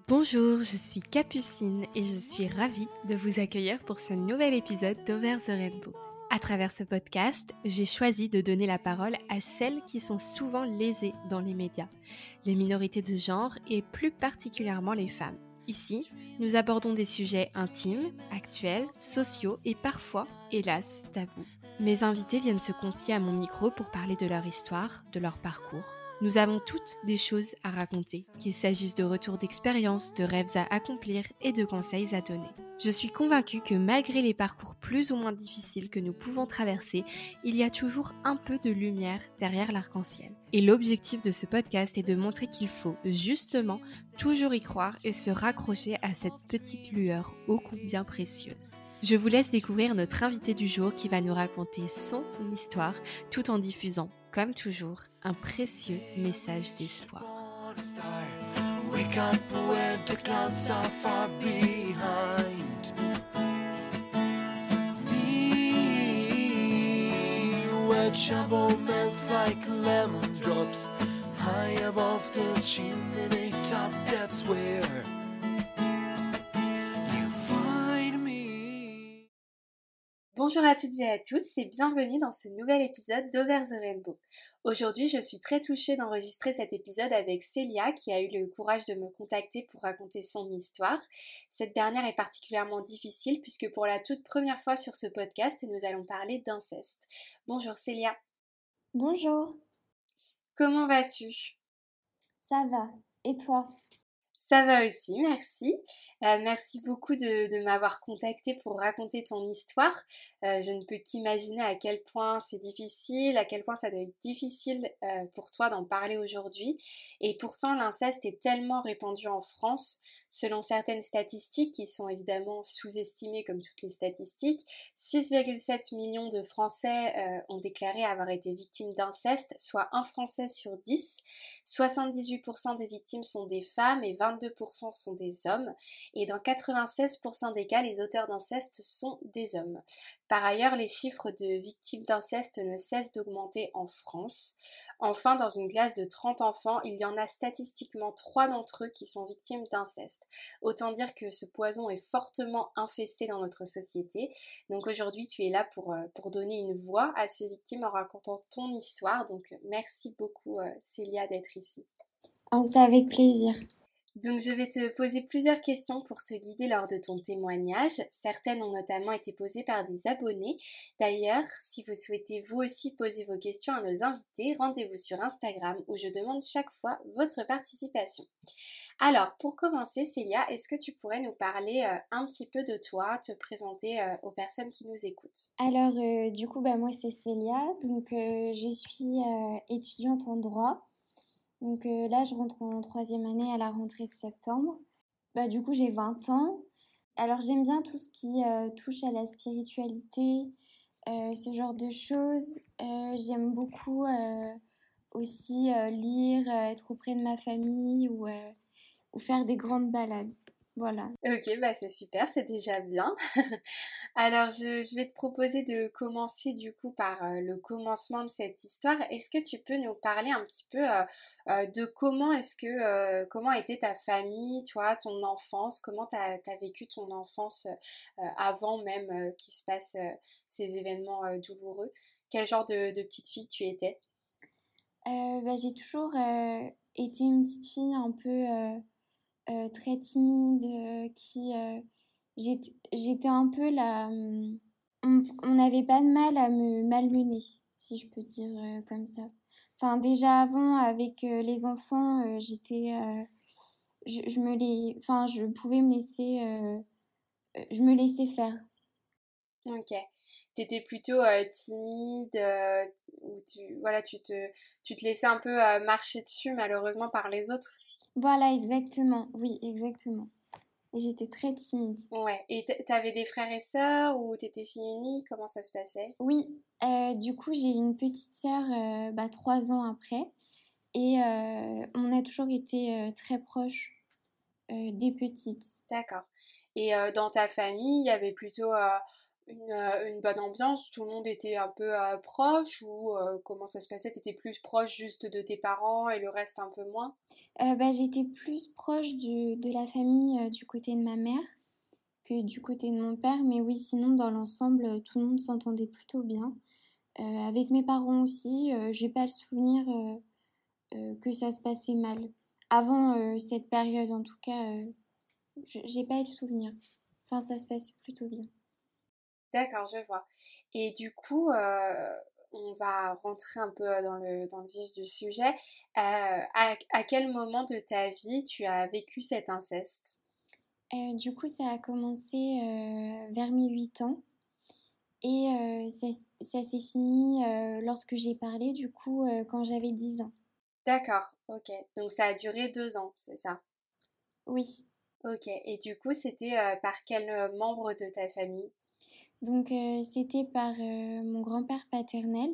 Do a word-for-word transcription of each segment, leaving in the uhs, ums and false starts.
Bonjour, je suis Capucine et je suis ravie de vous accueillir pour ce nouvel épisode d'Over the Rainbow. À travers ce podcast, j'ai choisi de donner la parole à celles qui sont souvent lésées dans les médias, les minorités de genre et plus particulièrement les femmes. Ici, nous abordons des sujets intimes, actuels, sociaux et parfois, hélas, tabous. Mes invités viennent se confier à mon micro pour parler de leur histoire, de leur parcours. Nous avons toutes des choses à raconter, qu'il s'agisse de retours d'expérience, de rêves à accomplir et de conseils à donner. Je suis convaincue que malgré les parcours plus ou moins difficiles que nous pouvons traverser, il y a toujours un peu de lumière derrière l'arc-en-ciel. Et l'objectif de ce podcast est de montrer qu'il faut, justement, toujours y croire et se raccrocher à cette petite lueur ô combien précieuse. Je vous laisse découvrir notre invité du jour qui va nous raconter son histoire tout en diffusant, comme toujours, un précieux message d'espoir. Bonjour à toutes et à tous et bienvenue dans ce nouvel épisode d'Over the Rainbow. Aujourd'hui, je suis très touchée d'enregistrer cet épisode avec Célia qui a eu le courage de me contacter pour raconter son histoire. Cette dernière est particulièrement difficile puisque pour la toute première fois sur ce podcast, nous allons parler d'inceste. Bonjour Célia. Bonjour. Comment vas-tu ? Ça va. Et toi ? Ça va aussi, merci. Euh, merci beaucoup de, de m'avoir contactée pour raconter ton histoire. Euh, je ne peux qu'imaginer à quel point c'est difficile, à quel point ça doit être difficile euh, pour toi d'en parler aujourd'hui. Et pourtant, l'inceste est tellement répandu en France, selon certaines statistiques qui sont évidemment sous-estimées comme toutes les statistiques. six virgule sept millions de Français euh, ont déclaré avoir été victimes d'inceste, soit un Français sur dix. soixante-dix-huit pour cent des victimes sont des femmes et vingt-deux pour cent sont des hommes, et dans quatre-vingt-seize pour cent des cas, les auteurs d'inceste sont des hommes. Par ailleurs, les chiffres de victimes d'inceste ne cessent d'augmenter en France. Enfin, dans une classe de trente enfants, il y en a statistiquement trois d'entre eux qui sont victimes d'inceste. Autant dire que ce poison est fortement infesté dans notre société. Donc aujourd'hui, tu es là pour, pour donner une voix à ces victimes en racontant ton histoire. Donc merci beaucoup Célia d'être ici. Oh, c'est avec plaisir. Donc je vais te poser plusieurs questions pour te guider lors de ton témoignage. Certaines ont notamment été posées par des abonnés. D'ailleurs, si vous souhaitez vous aussi poser vos questions à nos invités, rendez-vous sur Instagram où je demande chaque fois votre participation. Alors, pour commencer, Célia, est-ce que tu pourrais nous parler euh, un petit peu de toi, te présenter euh, aux personnes qui nous écoutent ? Alors, euh, du coup, bah, moi, c'est Célia. Donc, euh, je suis euh, étudiante en droit. Donc euh, là, je rentre en troisième année à la rentrée de septembre. Bah, du coup, j'ai vingt ans. Alors, j'aime bien tout ce qui euh, touche à la spiritualité, euh, ce genre de choses. Euh, j'aime beaucoup euh, aussi euh, lire, euh, être auprès de ma famille ou, euh, ou faire des grandes balades. Voilà. Ok, bah c'est super, c'est déjà bien. Alors, je, je vais te proposer de commencer du coup par euh, le commencement de cette histoire. Est-ce que tu peux nous parler un petit peu euh, euh, de comment est-ce que euh, comment était ta famille, toi, ton enfance, comment t'as t'as vécu ton enfance euh, avant même euh, qu'il se passe euh, ces événements euh, douloureux? Quel genre de, de petite fille tu étais? Euh, bah, j'ai toujours euh, été une petite fille un peu euh, euh, très timide, euh, qui euh, j'étais, j'étais un peu la... hum, On on n'avait pas de mal à me malmener, si je peux dire euh, comme ça. Enfin, déjà avant, avec euh, les enfants, euh, j'étais... euh, je, je me les... Enfin, je pouvais me laisser... euh, euh, je me laissais faire. Ok. T'étais plutôt euh, timide, euh, ou tu, voilà, tu te, tu te laissais un peu euh, marcher dessus malheureusement par les autres. Voilà, exactement. Oui, exactement. Et j'étais très timide. Ouais. Et t- t'avais des frères et sœurs ou t'étais fille unique? Comment ça se passait? Oui, euh, du coup, j'ai une petite sœur euh, bah, trois ans après. Et euh, on a toujours été euh, très proches euh, des petites. D'accord. Et euh, dans ta famille, il y avait plutôt euh, une, euh, une bonne ambiance? Tout le monde était un peu euh, proche ou euh, comment ça se passait? T'étais plus proche juste de tes parents et le reste un peu moins? Euh, bah, j'étais plus proche du- de la famille euh, du côté de ma mère que du côté de mon père, mais oui, sinon, dans l'ensemble, euh, tout le monde s'entendait plutôt bien. Euh, avec mes parents aussi, euh, j'ai pas le souvenir euh, euh, que ça se passait mal. Avant euh, cette période, en tout cas, euh, je- j'ai pas eu le souvenir. Enfin, ça se passait plutôt bien. D'accord, je vois. Et du coup, euh, on va rentrer un peu dans le, dans le vif du sujet. Euh, à, à quel moment de ta vie tu as vécu cet inceste? Euh, du coup, ça a commencé euh, vers mes huit ans et euh, ça, ça s'est fini euh, lorsque j'ai parlé, du coup, euh, quand j'avais dix ans. D'accord, ok. Donc ça a duré deux ans, c'est ça? Oui. Ok. Et du coup, c'était euh, par quel euh, membre de ta famille? Donc, euh, c'était par euh, mon grand-père paternel.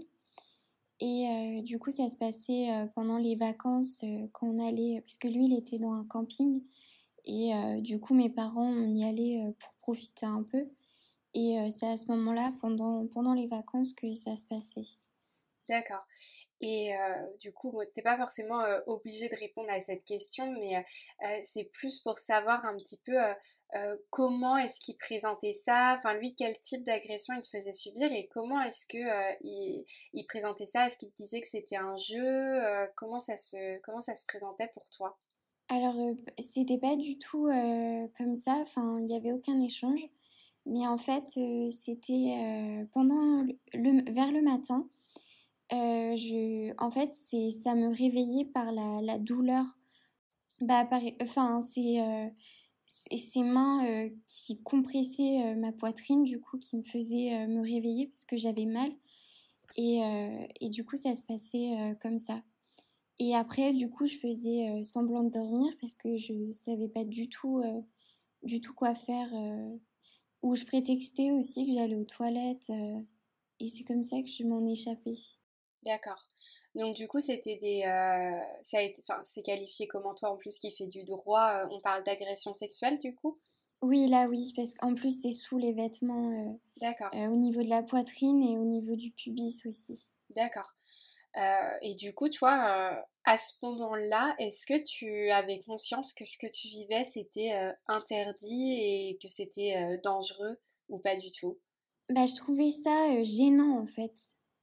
Et euh, du coup, ça se passait euh, pendant les vacances euh, quand on allait, parce que lui, il était dans un camping. Et euh, du coup, mes parents, on y allait euh, pour profiter un peu. Et euh, c'est à ce moment-là, pendant, pendant les vacances, que ça se passait. D'accord. Et euh, du coup, bon, t'es pas forcément euh, obligé de répondre à cette question, mais euh, euh, c'est plus pour savoir un petit peu euh, euh, comment est-ce qu'il présentait ça, enfin lui, quel type d'agression il te faisait subir et comment est-ce que euh, il, il présentait ça, est-ce qu'il te disait que c'était un jeu, euh, comment ça se, comment ça se présentait pour toi? Alors, euh, c'était pas du tout euh, comme ça, enfin, il n'y avait aucun échange. Mais en fait, euh, c'était euh, pendant le, le- vers le matin. Euh, je, en fait, c'est, ça me réveillait par la, la douleur. Bah, pareil, enfin, c'est euh, c'est ses mains euh, qui compressaient euh, ma poitrine, du coup, qui me faisaient euh, me réveiller parce que j'avais mal. Et, euh, et du coup, ça se passait euh, comme ça. Et après, du coup, je faisais euh, semblant de dormir parce que je savais pas du tout, euh, du tout quoi faire. Euh, ou je prétextais aussi que j'allais aux toilettes. Euh, et c'est comme ça que je m'en échappais. D'accord. Donc du coup, c'était des, euh, ça a été, enfin, c'est qualifié comment toi en plus qui fait du droit, euh, on parle d'agression sexuelle du coup? Oui, là, oui, parce qu'en plus, c'est sous les vêtements, euh, D'accord, euh, au niveau de la poitrine et au niveau du pubis aussi. d'accord. Euh, et du coup, toi, euh, à ce moment-là, est-ce que tu avais conscience que ce que tu vivais, c'était euh, interdit et que c'était euh, dangereux ou pas du tout? Bah, je trouvais ça euh, gênant, en fait.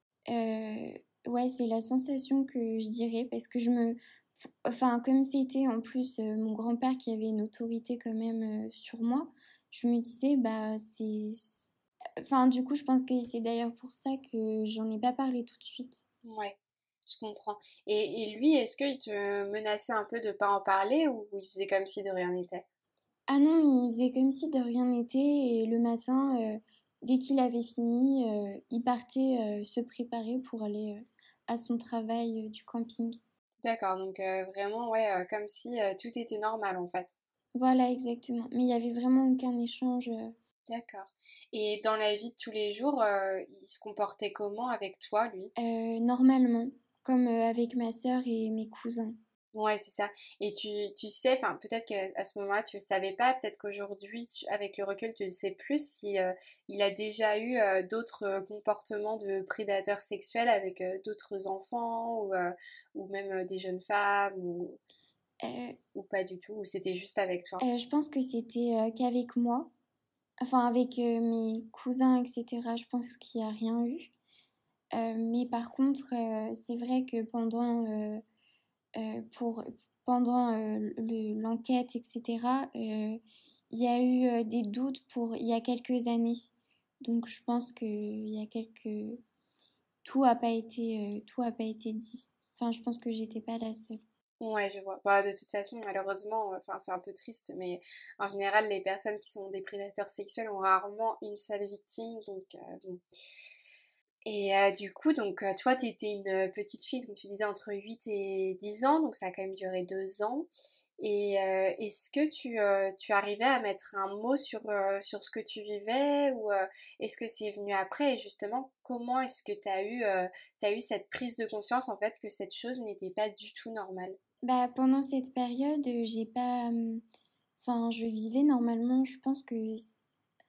Euh, ouais, c'est la sensation que je dirais, parce que je me... Enfin, comme c'était en plus euh, mon grand-père qui avait une autorité quand même euh, sur moi, je me disais, bah, c'est... Enfin, du coup, je pense que c'est d'ailleurs pour ça que j'en ai pas parlé tout de suite. Ouais, je comprends. Et, et lui, est-ce qu'il te menaçait un peu de pas en parler ou il faisait comme si de rien n'était? Ah non, il faisait comme si de rien n'était et le matin, euh, dès qu'il avait fini, euh, il partait euh, se préparer pour aller euh, à son travail euh, du camping. D'accord, donc euh, vraiment, ouais, euh, comme si euh, tout était normal en fait. Voilà, exactement. Mais il y avait vraiment aucun échange. euh, D'accord. Et dans la vie de tous les jours, euh, il se comportait comment avec toi, lui? Euh, normalement, comme euh, avec ma sœur et mes cousins. Ouais, c'est ça. Et tu, tu sais, enfin, peut-être qu'à ce moment-là, tu ne le savais pas, peut-être qu'aujourd'hui, tu- avec le recul, tu le sais plus, si euh, il a déjà eu euh, d'autres euh, comportements de prédateurs sexuels avec euh, d'autres enfants ou, euh, ou même euh, des jeunes femmes ou, Euh, ou pas du tout, ou c'était juste avec toi. euh, je pense que c'était euh, qu'avec moi, enfin avec euh, mes cousins, et cetera. Je pense qu'il n'y a rien eu. Euh, mais par contre, euh, c'est vrai que pendant, euh, euh, pour, pendant euh, le- l'enquête, et cetera, euh, il y a eu euh, des doutes pour il y a quelques années. Donc je pense que il y a quelques... Tout a pas été, euh, tout a pas été dit. Enfin, je pense que j'étais pas la seule. Ouais, je vois. Bah, de toute façon, malheureusement, euh, enfin, c'est un peu triste, mais en général, les personnes qui sont des prédateurs sexuels ont rarement une seule victime, donc euh, bon. Et euh, du coup, donc euh, toi, t'étais une euh, petite fille, donc tu disais entre huit et dix ans, donc ça a quand même duré deux ans. Et euh, est-ce que tu, euh, tu arrivais à mettre un mot sur, euh, sur ce que tu vivais ou euh, est-ce que c'est venu après? Et justement, comment est-ce que tu as eu, euh, t'as eu cette prise de conscience en fait que cette chose n'était pas du tout normale? Bah, pendant cette période, euh, j'ai pas... hum, Enfin, je vivais normalement, je pense que...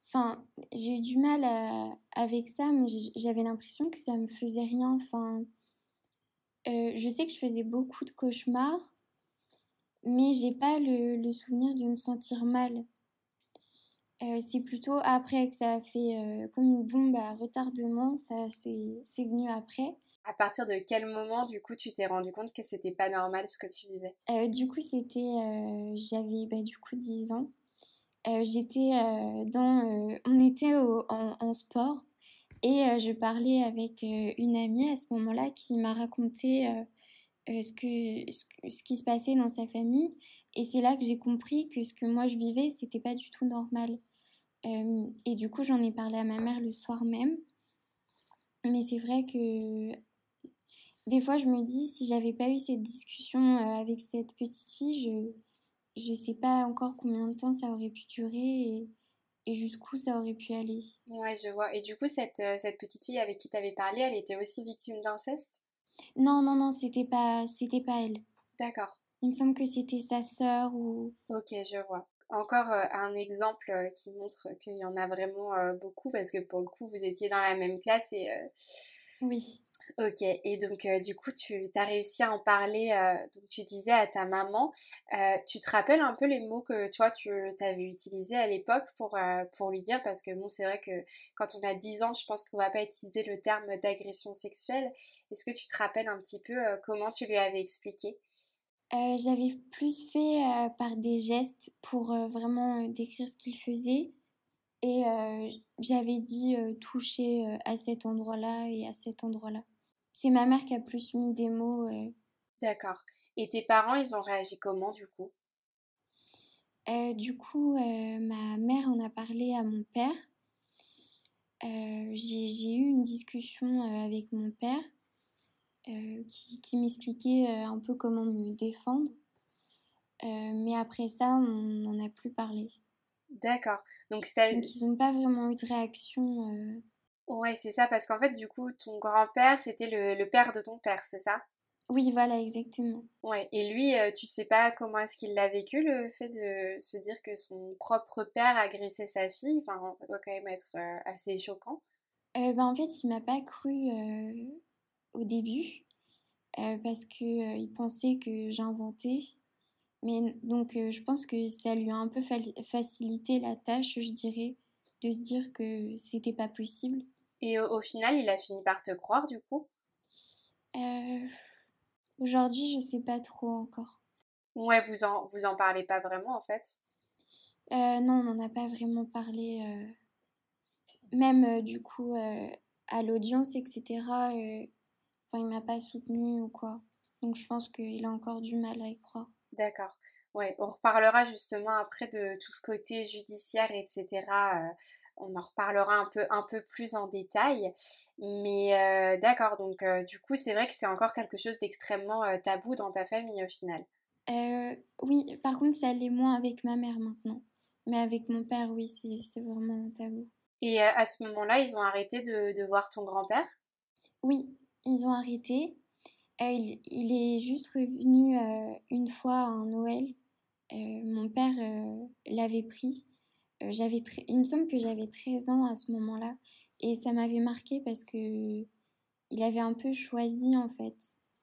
Enfin, j'ai eu du mal à- avec ça, mais j- j'avais l'impression que ça me faisait rien. Enfin, euh, je sais que je faisais beaucoup de cauchemars, mais j'ai pas le, le souvenir de me sentir mal. Euh, c'est plutôt après que ça a fait euh, comme une bombe à retardement, ça c'est c'est venu après. À partir de quel moment, du coup, tu t'es rendu compte que c'était pas normal ce que tu vivais? Euh, du coup, c'était, euh, j'avais bah, du coup dix ans. Euh, j'étais euh, dans, euh, on était au- en, en sport et euh, je parlais avec euh, une amie à ce moment-là qui m'a raconté euh, euh, ce que, ce, que- ce qui se passait dans sa famille. Et c'est là que j'ai compris que ce que moi je vivais, c'était pas du tout normal. Euh, et du coup, j'en ai parlé à ma mère le soir même. Mais c'est vrai que des fois, je me dis, si j'avais pas eu cette discussion euh, avec cette petite fille, je je sais pas encore combien de temps ça aurait pu durer et, et jusqu'où ça aurait pu aller. Ouais, je vois. Et du coup, cette, euh, cette petite fille avec qui t'avais parlé, elle était aussi victime d'inceste? Non, non, non, c'était pas, c'était pas elle. D'accord. Il me semble que c'était sa sœur ou... Ok, je vois. Encore euh, un exemple euh, qui montre qu'il y en a vraiment euh, beaucoup parce que pour le coup, vous étiez dans la même classe et... euh, Oui. Ok, et donc euh, du coup, tu as réussi à en parler, euh, donc tu disais à ta maman. Euh, tu te rappelles un peu les mots que toi, tu avais utilisés à l'époque pour, euh, pour lui dire, parce que bon, c'est vrai que quand on a dix ans, je pense qu'on va pas utiliser le terme d'agression sexuelle. Est-ce que tu te rappelles un petit peu euh, comment tu lui avais expliqué? Euh, j'avais plus fait euh, par des gestes pour euh, vraiment euh, décrire ce qu'il faisait. Et euh, j'avais dit euh, toucher euh, à cet endroit-là et à cet endroit-là. C'est ma mère qui a plus mis des mots. euh. D'accord. Et tes parents, ils ont réagi comment du coup? Euh, du coup, euh, ma mère en a parlé à mon père. Euh, j'ai, j'ai eu une discussion euh, avec mon père euh, qui, qui m'expliquait euh, un peu comment me défendre. Euh, mais après ça, on n'en a plus parlé. D'accord. Donc c'est Donc ils n'ont pas vraiment eu de réaction. euh. ouais, c'est ça, parce qu'en fait, du coup, ton grand-père, c'était le, le père de ton père, c'est ça? Oui, voilà, exactement. Ouais, et lui, euh, tu sais pas comment est-ce qu'il l'a vécu, le fait de se dire que son propre père agressait sa fille. Enfin, ça doit quand même être euh, assez choquant. Euh, bah, en fait, il m'a pas cru euh, au début euh, parce que euh, il pensait que j'inventais. Mais donc, euh, je pense que ça lui a un peu fa- facilité la tâche, je dirais, de se dire que c'était pas possible. Et au, au final, il a fini par te croire, du coup. Euh, Aujourd'hui, je sais pas trop encore. Ouais, vous en, vous en parlez pas vraiment, en fait. Euh, non, on n'en a pas vraiment parlé. euh, Même euh, du coup, euh, à l'audience, et cetera. euh, Enfin, il m'a pas soutenu ou quoi. Donc, je pense qu'il a encore du mal à y croire. D'accord. Ouais, on reparlera justement après de tout ce côté judiciaire, et cetera. Euh, on en reparlera un peu, un peu plus en détail. Mais euh, d'accord, donc euh, du coup, c'est vrai que c'est encore quelque chose d'extrêmement euh, tabou dans ta famille au final. Euh, oui, par contre, ça l'est moins avec ma mère maintenant. Mais avec mon père, oui, c'est c'est vraiment un tabou. Et euh, à ce moment-là, ils ont arrêté de, de voir ton grand-père? Oui, ils ont arrêté. Euh, il, il est juste revenu euh, une fois à un Noël. Euh, mon père euh, l'avait pris. Euh, j'avais tre- Il me semble que j'avais treize ans à ce moment-là. Et ça m'avait marqué parce que il avait un peu choisi en fait.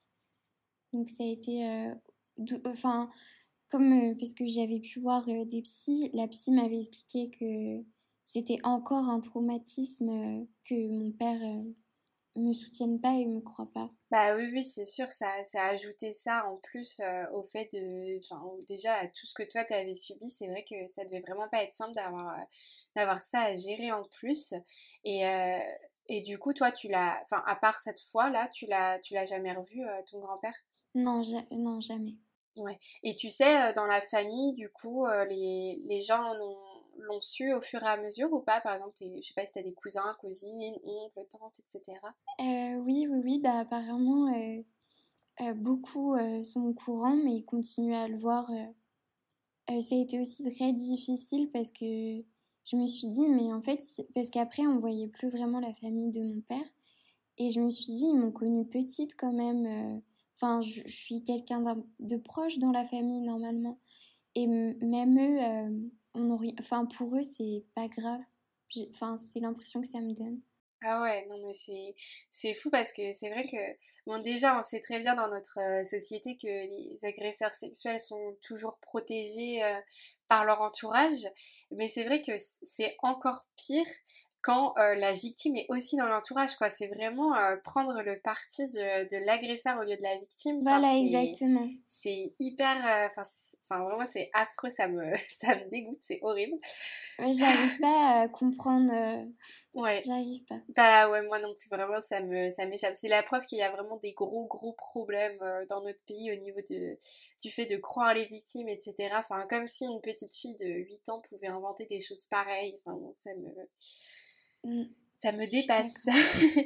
Donc ça a été... euh, dou- enfin, comme... euh, parce que j'avais pu voir euh, des psys, la psy m'avait expliqué que c'était encore un traumatisme euh, que mon père euh, me soutienne pas et me croit pas. Bah oui, oui, c'est sûr, ça, ça a ajouté ça en plus euh, au fait de, enfin, au- déjà à tout ce que toi t'avais subi, c'est vrai que ça devait vraiment pas être simple d'avoir, euh, d'avoir ça à gérer en plus. Et, euh, et du coup, toi, tu l'as, enfin, à part cette fois-là, tu l'as, tu l'as jamais revu, euh, ton grand-père? Non, ja- non, jamais. Ouais. Et tu sais, euh, dans la famille, du coup, euh, les, les gens l'ont, l'ont su au fur et à mesure ou pas? Par exemple, t'es- je sais pas si t'as des cousins, cousines, oncles, tantes, et cetera. Euh, oui, oui, oui, bah apparemment, euh, euh, beaucoup euh, sont au courant, mais ils continuent à le voir. euh. Euh, ça a été aussi très difficile parce que je me suis dit, mais en fait, si- parce qu'après, on voyait plus vraiment la famille de mon père. Et je me suis dit, ils m'ont connue petite quand même. euh. Enfin, je, je suis quelqu'un d'un- de proche dans la famille normalement. Et m- même eux, euh, on aurait, enfin, pour eux, c'est pas grave. Enfin, c'est l'impression que ça me donne. Ah ouais, non mais c'est c'est fou parce que c'est vrai que bon déjà on sait très bien dans notre euh, société que les agresseurs sexuels sont toujours protégés euh, par leur entourage, mais c'est vrai que c'est encore pire quand euh, la victime est aussi dans l'entourage quoi. C'est vraiment euh, prendre le parti de, de l'agresseur au lieu de la victime. Enfin Voilà, c'est exactement. c'est hyper euh, enfin c'est- enfin vraiment c'est affreux, ça me ça me dégoûte, c'est horrible. Ouais, j'arrive pas à comprendre. euh, Ouais. J'arrive pas. Bah ouais, moi non plus, vraiment, ça me, ça m'échappe. C'est la preuve qu'il y a vraiment des gros, gros problèmes euh, dans notre pays au niveau de, du fait de croire les victimes, et cetera. Enfin, comme si une petite fille de huit ans pouvait inventer des choses pareilles. Enfin, bon, ça me, Mm, ça me je suis dépasse. d'accord.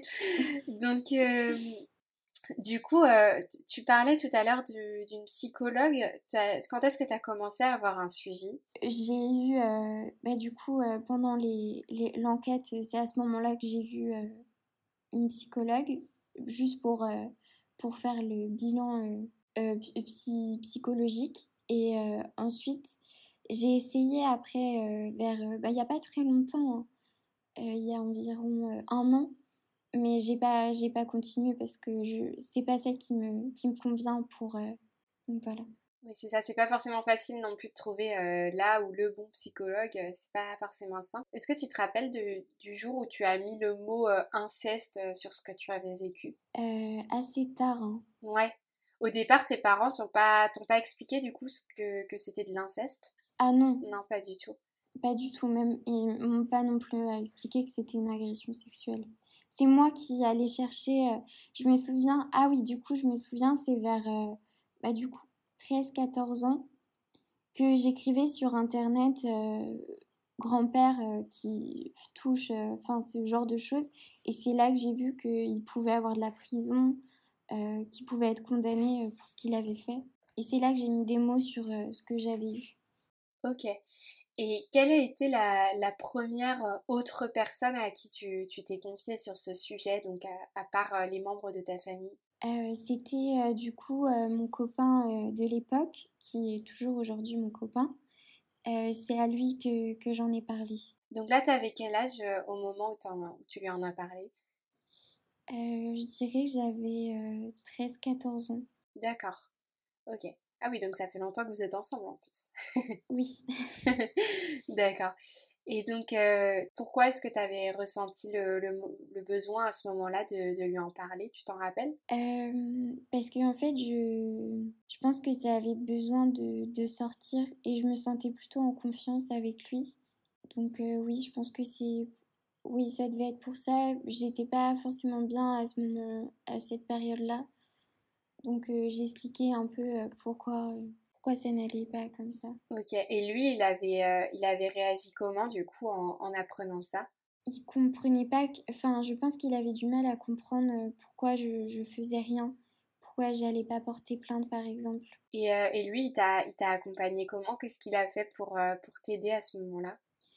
Donc, euh, du coup, euh, t- tu parlais tout à l'heure du- d'une psychologue. T'as- Quand est-ce que tu as commencé à avoir un suivi? J'ai eu, euh, bah, du coup, euh, pendant les, les- l'enquête, c'est à ce moment-là que j'ai vu euh, une psychologue, juste pour, euh, pour faire le bilan euh, euh, psy- psychologique. Et euh, ensuite, j'ai essayé après, euh, vers, euh, bah, il n'y a pas très longtemps, hein, euh, il y a environ euh, un an, mais j'ai pas, j'ai pas continué parce que je, c'est pas celle qui me, qui me convient pour. euh, donc voilà. Oui, c'est ça, c'est pas forcément facile non plus de trouver euh, là où le bon psychologue, euh, c'est pas forcément simple. Est-ce que tu te rappelles de- du jour où tu as mis le mot euh, inceste euh, sur ce que tu avais vécu? Euh, assez tard, hein. Ouais. Au départ, tes parents t'ont pas, t'ont pas expliqué du coup ce que, que c'était de l'inceste? Ah non, Non, pas du tout. pas du tout même. Ils m'ont pas non plus euh, expliqué que c'était une agression sexuelle. C'est moi qui allais chercher. euh, je me souviens. Ah oui, du coup, je me souviens, c'est vers euh, bah, du coup treize quatorze ans que j'écrivais sur internet euh, grand-père euh, qui touche, euh, enfin ce genre de choses. Et c'est là que j'ai vu qu'il pouvait avoir de la prison, euh, qu'il pouvait être condamné euh, pour ce qu'il avait fait. Et c'est là que j'ai mis des mots sur euh, ce que j'avais eu. Ok. Et quelle a été la, la première euh, autre personne à qui tu, tu t'es confiée sur ce sujet, donc à, à part euh, les membres de ta famille? Euh, c'était euh, du coup euh, mon copain euh, de l'époque, qui est toujours aujourd'hui mon copain. Euh, c'est à lui que, que j'en ai parlé. Donc là, t'avais quel âge euh, au moment où, t'en- où tu lui en as parlé? Euh, je dirais que j'avais euh, treize quatorze ans. D'accord. Ok. Ah oui, donc ça fait longtemps que vous êtes ensemble en plus. Oui. D'accord. Et donc, euh, pourquoi est-ce que tu avais ressenti le, le mo- le besoin à ce moment-là de, de lui en parler? Tu t'en rappelles? Euh, parce que en fait, je, je pense que ça avait besoin de, de sortir et je me sentais plutôt en confiance avec lui. Donc euh, oui, je pense que c'est... Oui, ça devait être pour ça. J'étais pas forcément bien à ce moment, à cette période-là. Donc euh, j'ai expliqué un peu euh, pourquoi, euh, pourquoi ça n'allait pas comme ça. Ok. Et lui, il avait, euh, il avait réagi comment du coup en, en apprenant ça? Il comprenait pas, que- enfin, je pense qu'il avait du mal à comprendre euh, pourquoi je, je faisais rien, pourquoi j'allais pas porter plainte par exemple. Et, euh, et lui, il t'a, il t'a accompagné comment? Qu'est-ce qu'il a fait pour, euh, pour t'aider à ce moment-là?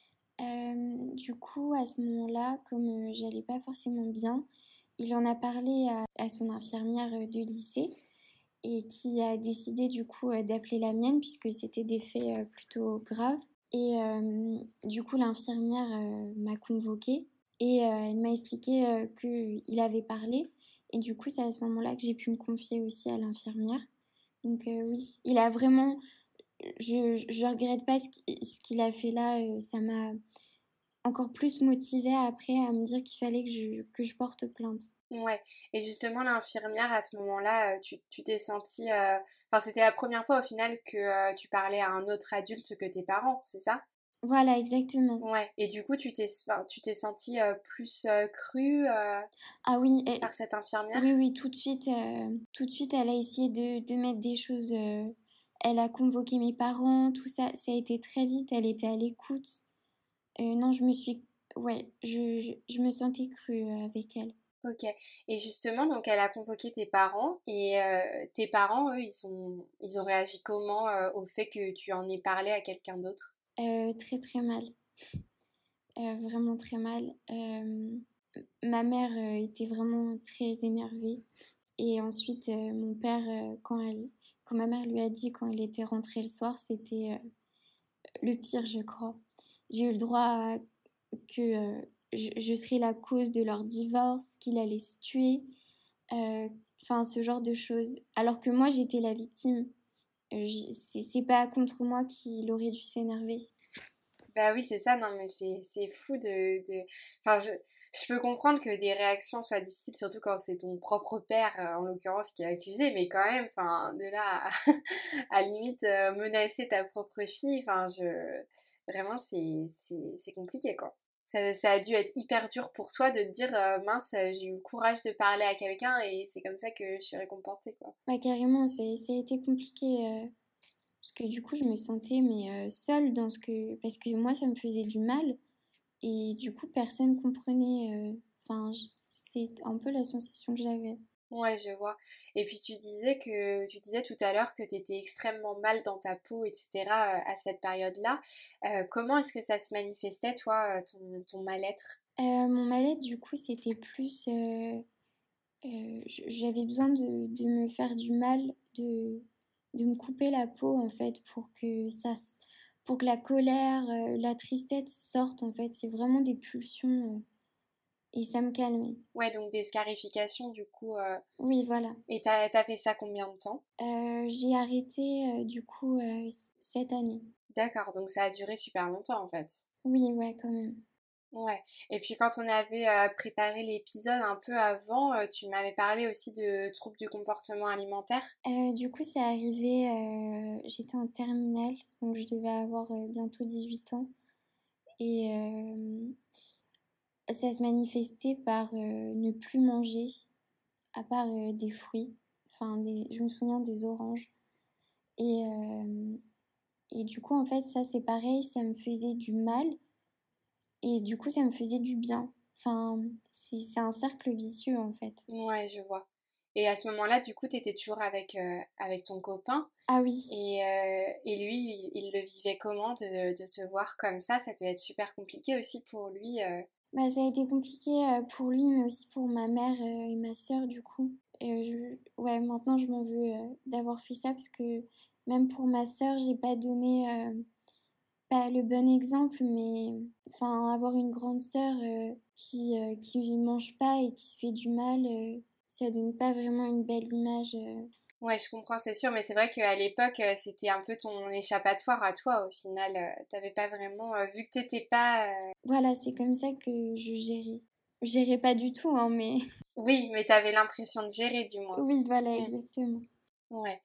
Euh, du coup, à ce moment-là, comme euh, j'allais pas forcément bien, il en a parlé à, à son infirmière euh, de lycée et qui a décidé du coup euh, d'appeler la mienne puisque c'était des faits euh, plutôt graves. Et euh, du coup, l'infirmière euh, m'a convoquée et euh, elle m'a expliqué euh, qu'il avait parlé. Et du coup, c'est à ce moment-là que j'ai pu me confier aussi à l'infirmière. Donc euh, oui, il a vraiment... Je, je regrette pas ce qui- ce qu'il a fait là. euh, ça m'a encore plus motivée après à me dire qu'il fallait que je, que je porte plainte. Ouais. Et justement, l'infirmière, à ce moment-là, euh, tu, tu t'es sentie... euh, Enfin, c'était la première fois au final que euh, tu parlais à un autre adulte que tes parents, c'est ça? Voilà, exactement. Ouais. Et du coup, tu t'es, enfin, tu t'es sentie euh, plus euh, crue euh, Ah oui, et- par cette infirmière? oui, oui, tout de suite, euh, tout de suite, elle a essayé de, de mettre des choses. euh, elle a convoqué mes parents, tout ça. Ça a été très vite. Elle était à l'écoute. Euh, non, je me suis, ouais, je, je, je me sentais crue euh, avec elle. Ok. Et justement, donc elle a convoqué tes parents et euh, tes parents, eux, ils ont, ils ont réagi comment euh, au fait que tu en aies parlé à quelqu'un d'autre? Euh, très très mal. Euh, vraiment très mal. Euh, ma mère euh, était vraiment très énervée. Et ensuite, euh, mon père, euh, quand elle, quand ma mère lui a dit quand elle était rentrée le soir, c'était euh, le pire, je crois. J'ai eu le droit à que euh, je, je serais la cause de leur divorce, qu'il allait se tuer, enfin euh, ce genre de choses. Alors que moi, j'étais la victime. Euh, c'est, c'est pas contre moi qu'il aurait dû s'énerver. Bah oui, c'est ça, non mais c'est, c'est fou de... de... Enfin, je, je peux comprendre que des réactions soient difficiles, surtout quand c'est ton propre père, euh, en l'occurrence, qui est accusé, mais quand même, enfin, de là à, à limite euh, menacer ta propre fille, enfin, je... Vraiment, c'est, c'est, c'est compliqué, quoi. Ça, ça a dû être hyper dur pour toi de te dire, euh, mince, j'ai eu le courage de parler à quelqu'un et c'est comme ça que je suis récompensée, quoi. Bah carrément, c'est, ça a été compliqué. Euh... Parce que du coup, je me sentais mais euh, seule dans ce que... Parce que moi, ça me faisait du mal. Et du coup, personne comprenait. euh, Enfin, je- c'est un peu la sensation que j'avais. Ouais, je vois. Et puis tu disais que tu disais tout à l'heure que tu étais extrêmement mal dans ta peau, et cetera euh, à cette période-là. Euh, comment est-ce que ça se manifestait, toi, euh, ton, ton mal-être? Euh, mon mal-être, du coup, c'était plus... euh, euh, j- j'avais besoin de, de me faire du mal, de, de me couper la peau, en fait, pour que ça... s- pour que la colère, euh, la tristesse sortent, en fait. C'est vraiment des pulsions. euh, et ça me calmait. Ouais, donc des scarifications, du coup. euh, Oui, voilà. Et t'as, t'as fait ça combien de temps? Euh, j'ai arrêté, euh, du coup, euh, c- cette année. D'accord, donc ça a duré super longtemps, en fait. Oui, ouais, quand même. Ouais. Et puis quand on avait euh, préparé l'épisode un peu avant, euh, tu m'avais parlé aussi de troubles du comportement alimentaire. Euh, du coup, c'est arrivé, euh, j'étais en terminale, donc je devais avoir euh, bientôt dix-huit ans. Et euh, ça se manifestait par euh, ne plus manger, à part euh, des fruits. Enfin, des, je me souviens des oranges. Et, euh, et du coup, en fait, ça, c'est pareil, ça me faisait du mal. Et du coup, ça me faisait du bien. Enfin, c'est, c'est un cercle vicieux, en fait. Ouais, je vois. Et à ce moment-là, du coup, t'étais toujours avec, euh, avec ton copain. Ah oui. Et, euh, et lui, il, il le vivait comment de, de te voir comme ça? Ça devait être super compliqué aussi pour lui. euh. Bah, ça a été compliqué euh, pour lui, mais aussi pour ma mère euh, et ma sœur, du coup. Et euh, je... ouais, maintenant, je m'en veux euh, d'avoir fait ça parce que même pour ma sœur, j'ai pas donné euh, pas le bon exemple, mais enfin, avoir une grande sœur euh, qui euh, qui mange pas et qui se fait du mal, euh, ça donne pas vraiment une belle image. euh. Ouais, je comprends, c'est sûr, mais c'est vrai qu'à l'époque, euh, c'était un peu ton échappatoire à toi, au final. euh, T'avais pas vraiment... euh, vu que t'étais pas... euh, Voilà, c'est comme ça que je gérais. Je gérais pas du tout, hein, mais Oui, mais t'avais l'impression de gérer, du moins. oui, voilà, Mm. exactement. Ouais.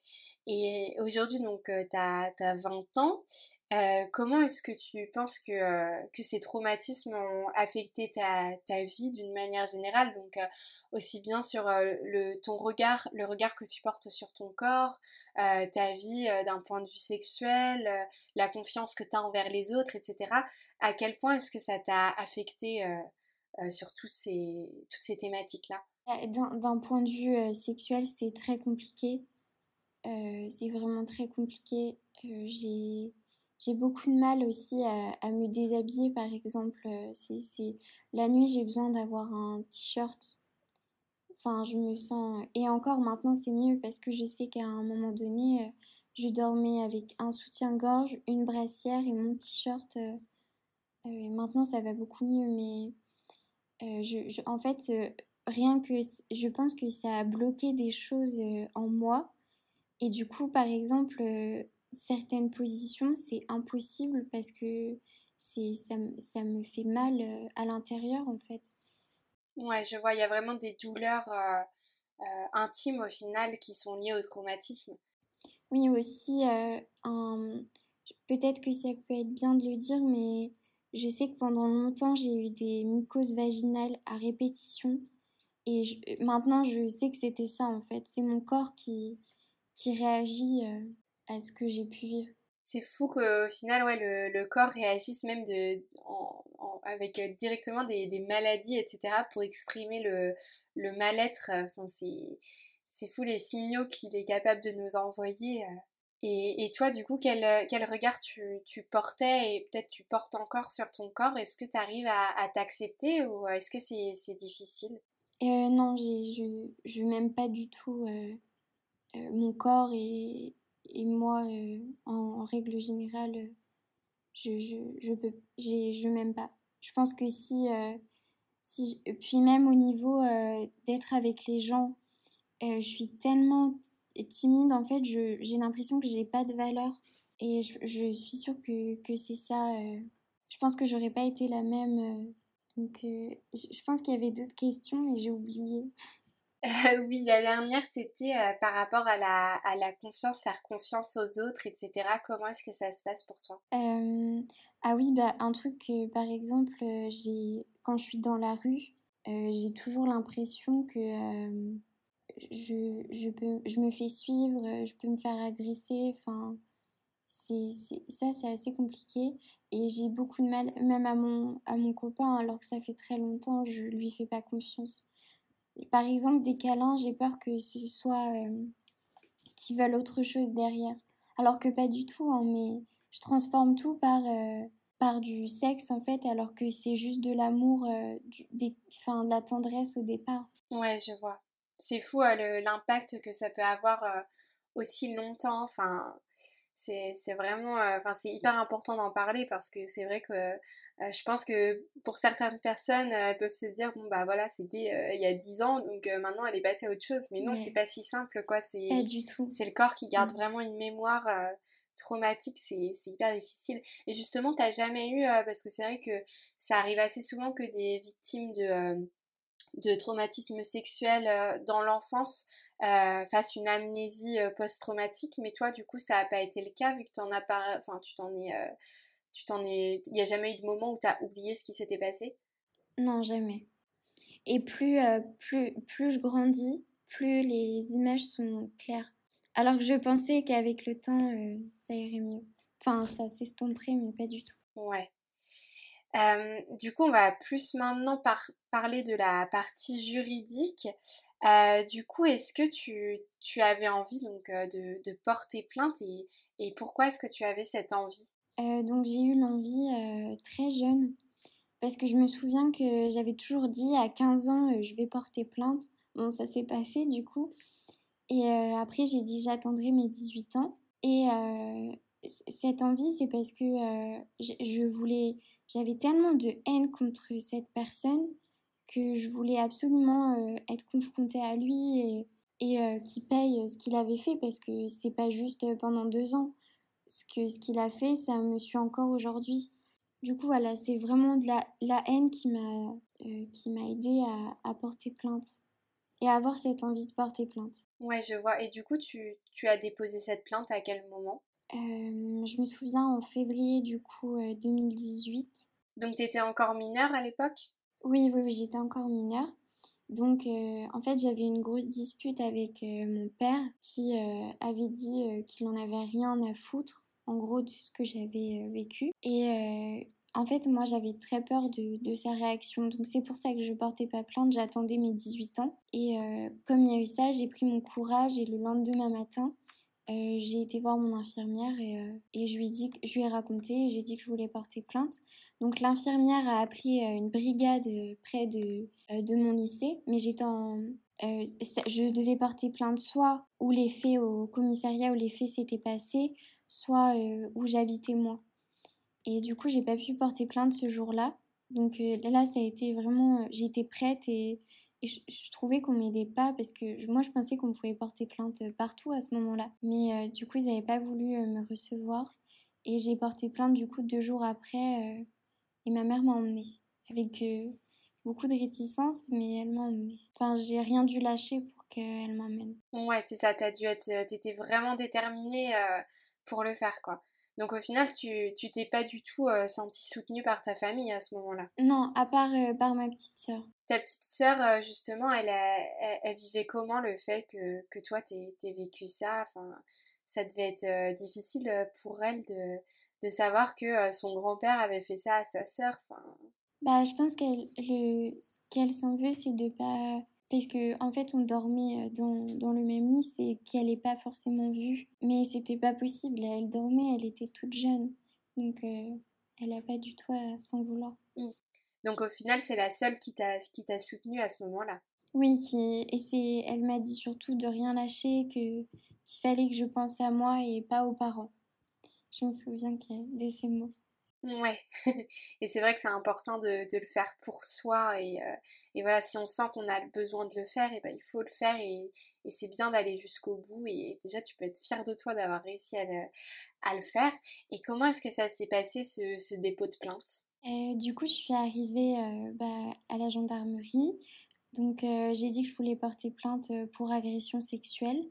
Et aujourd'hui, donc, euh, t'as, t'as vingt ans. Euh, comment est-ce que tu penses que, euh, que ces traumatismes ont affecté ta, ta vie d'une manière générale? Donc, euh, aussi bien sur euh, le, ton regard, le regard que tu portes sur ton corps, euh, ta vie euh, d'un point de vue sexuel, euh, la confiance que tu as envers les autres, et cetera. À quel point est-ce que ça t'a affecté euh, euh, sur tous ces, toutes ces thématiques-là? Euh, D'un d'un point de vue euh, sexuel, c'est très compliqué. Euh, c'est vraiment très compliqué. Euh, j'ai, j'ai beaucoup de mal aussi à, à me déshabiller, par exemple. Euh, c'est, c'est... La nuit, j'ai besoin d'avoir un t-shirt. Enfin, je me sens... Et encore, maintenant, c'est mieux parce que je sais qu'à un moment donné, euh, je dormais avec un soutien-gorge, une brassière et mon t-shirt. Euh, euh, et maintenant, ça va beaucoup mieux. Mais euh, je, je- en fait, euh, rien que... Je pense que ça a bloqué des choses euh, en moi. Et du coup, par exemple, euh, certaines positions, c'est impossible parce que c'est, ça, me- ça me fait mal euh, à l'intérieur, en fait. Ouais, je vois, il y a vraiment des douleurs euh, euh, intimes au final qui sont liées au traumatisme. Oui, aussi, euh, un... peut-être que ça peut être bien de le dire, mais je sais que pendant longtemps, j'ai eu des mycoses vaginales à répétition. Et je- maintenant, je sais que c'était ça, en fait. C'est mon corps qui, qui réagit euh, à ce que j'ai pu vivre. C'est fou qu'au final, ouais, le, le corps réagisse même de, en- en- avec euh, directement des, des maladies, et cetera, pour exprimer le, le mal-être. Enfin, c'est, c'est fou les signaux qu'il est capable de nous envoyer. euh. Et, et toi, du coup, quel, euh, quel regard tu, tu portais et peut-être tu portes encore sur ton corps? Est-ce que tu arrives à, à t'accepter ou est-ce que c'est, c'est difficile? Euh, non, j'ai, je, je m'aime pas du tout euh, euh, mon corps et, et moi, euh, en, en règle générale, euh, je, je, je peux, j'ai, je m'aime pas. je pense que si, euh, si je- puis même au niveau euh, d'être avec les gens, euh, je suis tellement t- timide, en fait, je, j'ai l'impression que j'ai pas de valeur. Et je, je suis sûre que, que c'est ça. euh, Je pense que j'aurais pas été la même. euh, Donc, euh, je je pense qu'il y avait d'autres questions et j'ai oublié. Euh, oui, la dernière, c'était euh, par rapport à la, à la confiance, faire confiance aux autres, et cetera. Comment est-ce que ça se passe pour toi? Euh, Ah oui, bah, un truc que, par exemple, euh, j'ai... quand je suis dans la rue, euh, j'ai toujours l'impression que euh, je, je peux, je me fais suivre, euh, je peux me faire agresser. Enfin, c'est, c'est, ça, c'est assez compliqué. Et j'ai beaucoup de mal, même à mon, à mon copain, alors que ça fait très longtemps, je lui fais pas confiance. Par exemple, des câlins, j'ai peur que ce soit euh, qu'ils veulent autre chose derrière. Alors que pas du tout, hein, mais je transforme tout par, euh, par du sexe en fait, alors que c'est juste de l'amour, euh, du, des, enfin, de la tendresse au départ. Ouais, je vois. C'est fou euh, le- l'impact que ça peut avoir euh, aussi longtemps. Enfin, c'est c'est vraiment, euh, enfin, c'est hyper important d'en parler parce que c'est vrai que euh, je pense que pour certaines personnes, euh, elles peuvent se dire bon bah voilà, c'était euh, il y a dix ans, donc euh, maintenant elle est passée à autre chose. Mais non, c'est Ouais, pas si simple quoi. pas C'est du tout. c'est le corps qui garde Mm. vraiment une mémoire euh, traumatique. C'est c'est hyper difficile. Et justement, t'as jamais eu, euh, parce que c'est vrai que ça arrive assez souvent que des victimes de euh, de traumatisme sexuel euh, dans l'enfance euh, fassent une amnésie euh, post-traumatique, mais toi du coup ça n'a pas été le cas vu que t'en as pas, enfin tu t'en es, euh, tu t'en es, il n'y a jamais eu de moment où tu as oublié ce qui s'était passé. Non, jamais. Et plus, euh, plus, plus je grandis, plus les images sont claires. Alors que je pensais qu'avec le temps, euh, ça irait mieux. Enfin, ça s'estomperait, mais pas du tout. Ouais. Euh, du coup, on va plus maintenant par- parler de la partie juridique. Euh, du coup, est-ce que tu, tu avais envie donc euh, de, de porter plainte et, et pourquoi est-ce que tu avais cette envie? Euh, donc j'ai eu l'envie euh, très jeune. Parce que je me souviens que j'avais toujours dit à quinze ans, euh, je vais porter plainte. Bon, ça s'est pas fait du coup. Et euh, après, j'ai dit j'attendrai mes dix-huit ans. Et euh, c- cette envie, c'est parce que euh, je, je voulais, j'avais tellement de haine contre cette personne que je voulais absolument euh, être confrontée à lui et, et euh, qu'il paye ce qu'il avait fait parce que c'est pas juste pendant deux ans. Ce que ce qu'il a fait, ça me suit encore aujourd'hui. Du coup, voilà, c'est vraiment de la, la haine qui m'a euh, qui m'a aidé à, à porter plainte et à avoir cette envie de porter plainte. Ouais, je vois. Et du coup, tu, tu as déposé cette plainte à quel moment? Euh, je me souviens en février du coup euh, deux mille dix-huit. Donc, tu étais encore mineure à l'époque? Oui, oui, oui, j'étais encore mineure. Donc, euh, en fait, j'avais une grosse dispute avec euh, mon père qui euh, avait dit euh, qu'il en avait rien à foutre, en gros, de ce que j'avais euh, vécu. Et euh, en fait, moi, j'avais très peur de, de sa réaction. Donc, c'est pour ça que je portais pas plainte. J'attendais mes dix-huit ans. Et euh, comme il y a eu ça, j'ai pris mon courage et le lendemain matin, euh, j'ai été voir mon infirmière et, euh, et je lui ai dit, que- je lui ai raconté et j'ai dit que je voulais porter plainte. Donc l'infirmière a appelé euh, une brigade euh, près de, euh, de mon lycée, mais j'étais en... euh, ça- je devais porter plainte soit où les faits au commissariat où les faits s'étaient passés, soit euh, où j'habitais moi. Et du coup, j'ai pas pu porter plainte ce jour-là. Donc euh, là, ça a été vraiment... J'ai été prête et, et je, je trouvais qu'on m'aidait pas parce que je- moi, je pensais qu'on pouvait porter plainte partout à ce moment-là. Mais euh, du coup, ils n'avaient pas voulu euh, me recevoir. Et j'ai porté plainte du coup deux jours après. euh, et ma mère m'a emmenée. Avec euh, beaucoup de réticence, mais elle m'a emmenée. Enfin, j'ai rien dû lâcher pour qu'elle m'emmène. Ouais, c'est ça, t'as dû être, euh, t'étais vraiment déterminée euh, pour le faire, quoi. Donc au final, tu, tu t'es pas du tout euh, sentie soutenue par ta famille à ce moment-là. Non, à part euh, par ma petite sœur. Ta petite sœur, euh, justement, elle, a- elle, elle vivait comment le fait que, que toi, t'aies, t'aies vécu ça? Enfin, ça devait être euh, difficile euh, pour elle de, de savoir que euh, son grand-père avait fait ça à sa sœur. Enfin, Bah, je pense qu'elle, le, ce qu'elle s'en veut, c'est de pas... Parce que en fait, on dormait euh, dans, dans le même lit, c'est qu'elle n'ait pas forcément vu. Mais c'était pas possible. Elle dormait, elle était toute jeune. Donc, euh, elle a pas du tout à s'en vouloir. mm. Donc au final, c'est la seule qui t'a, qui t'a soutenue à ce moment-là. Oui, qui, et c'est, elle m'a dit surtout de rien lâcher, que, qu'il fallait que je pense à moi et pas aux parents. Je me souviens que, de ces mots. Ouais, et c'est vrai que c'est important de, de le faire pour soi et, euh, et voilà, si on sent qu'on a le besoin de le faire, et ben il faut le faire et, et c'est bien d'aller jusqu'au bout et déjà tu peux être fier de toi d'avoir réussi à le, à le faire. Et comment est-ce que ça s'est passé ce, ce dépôt de plainte? Euh, du coup, je suis arrivée euh, bah, à la gendarmerie. Donc, euh, j'ai dit que je voulais porter plainte euh, pour agression sexuelle.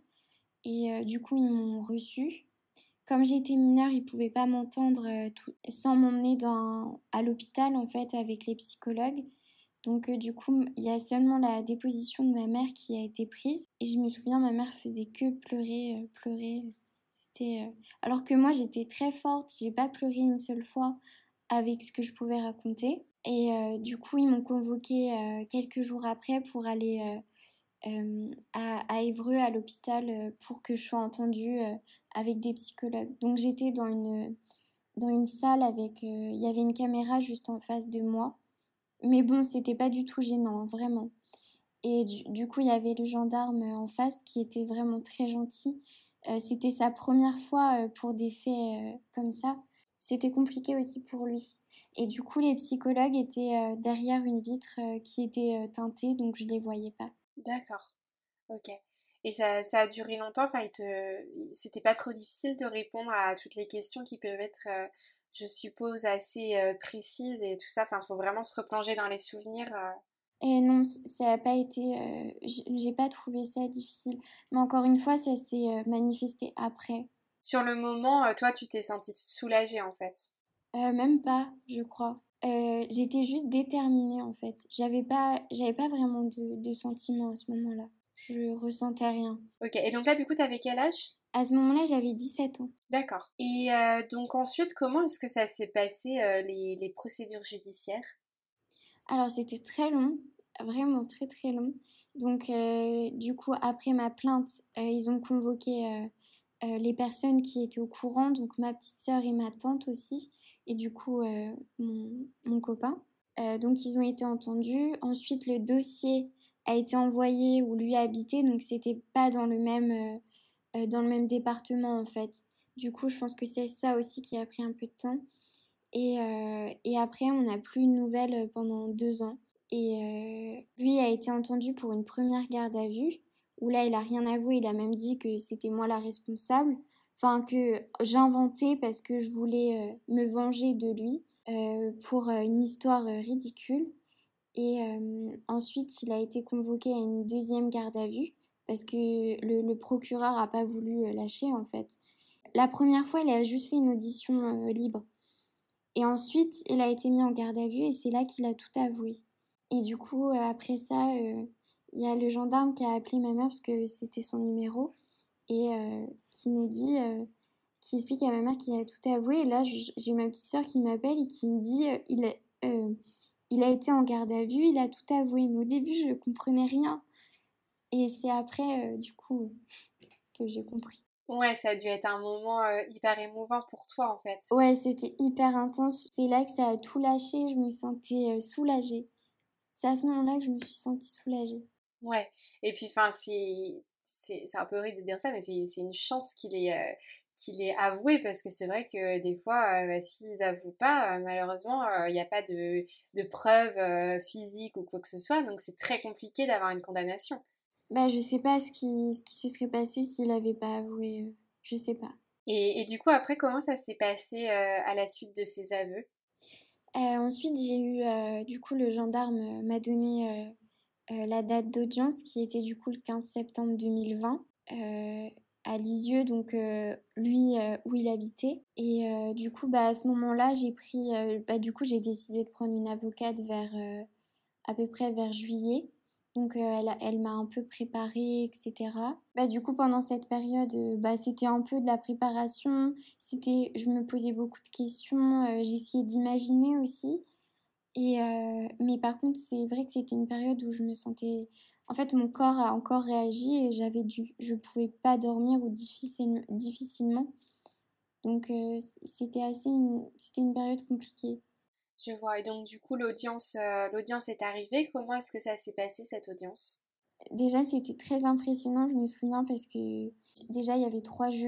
Et euh, du coup, ils m'ont reçue. Comme j'étais mineure, ils pouvaient pas m'entendre euh, tout- sans m'emmener dans, à l'hôpital, en fait, avec les psychologues. Donc, euh, du coup, il y a seulement la déposition de ma mère qui a été prise. Et je me souviens, ma mère faisait que pleurer, euh, pleurer. C'était, euh, Alors que moi, j'étais très forte, j'ai pas pleuré une seule fois avec ce que je pouvais raconter. Et euh, du coup, ils m'ont convoquée euh, quelques jours après pour aller euh, euh, à, à Évreux, à l'hôpital, euh, pour que je sois entendue euh, avec des psychologues. Donc j'étais dans une, dans une salle avec... euh, Il y avait une caméra juste en face de moi. Mais bon, c'était pas du tout gênant, hein, vraiment. Et du, du coup, il y avait le gendarme en face qui était vraiment très gentil. Euh, c'était sa première fois euh, pour des faits euh, comme ça. C'était compliqué aussi pour lui. Et du coup, les psychologues étaient euh, derrière une vitre euh, qui était euh, teintée, donc je les voyais pas. D'accord, ok. Et ça, ça a duré longtemps, enfin, il te... c'était pas trop difficile de répondre à toutes les questions qui peuvent être, euh, je suppose, assez euh, précises et tout ça. Enfin, faut vraiment se replonger dans les souvenirs. euh. Et non, ça n'a pas été. Euh, j'ai j'ai pas trouvé ça difficile. Mais encore une fois, ça s'est euh, manifesté après. Sur le moment, euh, toi, tu t'es sentie soulagée en fait. Euh, même pas, je crois. Euh, j'étais juste déterminée en fait. J'avais pas, j'avais pas vraiment de, de sentiments à ce moment-là. Je ressentais rien. Ok, et donc là, du coup, t'avais quel âge? À ce moment-là, j'avais dix-sept ans. D'accord. Et euh, donc ensuite, comment est-ce que ça s'est passé, euh, les, les procédures judiciaires? Alors c'était très long, vraiment très très long. Donc euh, du coup, après ma plainte, euh, ils ont convoqué euh, euh, les personnes qui étaient au courant, donc ma petite sœur et ma tante aussi, et du coup euh, mon, mon copain. Euh, donc ils ont été entendus. Ensuite, le dossier a été envoyé où lui habitait, donc c'était pas dans le même, euh, euh, dans le même département en fait. Du coup, je pense que c'est ça aussi qui a pris un peu de temps. Et, euh, et après, on n'a plus de nouvelles pendant deux ans. Et euh, lui a été entendu pour une première garde à vue, où là, il a rien avoué, il a même dit que c'était moi la responsable. Enfin, que j'inventais parce que je voulais euh, me venger de lui euh, pour euh, une histoire euh, ridicule. Et euh, ensuite, il a été convoqué à une deuxième garde à vue parce que le, le procureur n'a pas voulu euh, lâcher, en fait. La première fois, il a juste fait une audition euh, libre. Et ensuite, il a été mis en garde à vue et c'est là qu'il a tout avoué. Et du coup, euh, après ça, euh, il y a le gendarme qui a appelé ma mère parce que c'était son numéro et euh, qui nous dit, euh, qui explique à ma mère qu'il a tout avoué. Et là, j'ai ma petite sœur qui m'appelle et qui me dit, euh, il, a, euh, il a été en garde à vue, il a tout avoué. Mais au début, je ne comprenais rien. Et c'est après, euh, du coup, que j'ai compris. Ouais, ça a dû être un moment euh, hyper émouvant pour toi en fait. Ouais, c'était hyper intense. C'est là que ça a tout lâché. Je me sentais euh, soulagée. C'est à ce moment-là que je me suis sentie soulagée. Ouais, et puis enfin, c'est c'est c'est un peu horrible de dire ça, mais c'est c'est une chance qu'il ait euh, qu'il ait avoué parce que c'est vrai que des fois, euh, bah, s'ils avouent pas, euh, malheureusement, il n'y a pas de de preuves euh, physiques ou quoi que ce soit, donc c'est très compliqué d'avoir une condamnation. Bah, je sais pas ce qui, ce qui se serait passé s'il avait pas avoué. euh, Je sais pas. Et, et du coup, après, comment ça s'est passé euh, à la suite de ces aveux? Euh, ensuite, j'ai eu, euh, du coup, le gendarme euh, m'a donné euh, euh, la date d'audience qui était du coup le quinze septembre deux mille vingt euh, à Lisieux, donc euh, lui euh, où il habitait. Et euh, du coup, bah, à ce moment-là, j'ai pris, euh, bah, du coup, j'ai décidé de prendre une avocate vers euh, à peu près vers juillet. Donc euh, elle, elle m'a un peu préparée, et cetera. Bah, du coup, pendant cette période, euh, bah, c'était un peu de la préparation. C'était, je me posais beaucoup de questions. Euh, j'essayais d'imaginer aussi. Et, euh, mais par contre, c'est vrai que c'était une période où je me sentais... En fait, mon corps a encore réagi et j'avais dû... Je pouvais pas dormir ou difficile, difficilement. Donc euh, c'était assez une... C'était une période compliquée. Je vois. Et donc, du coup, l'audience euh, l'audience est arrivée. Comment est-ce que ça s'est passé cette audience? Déjà, c'était très impressionnant, je me souviens, parce que déjà, il y avait trois juges.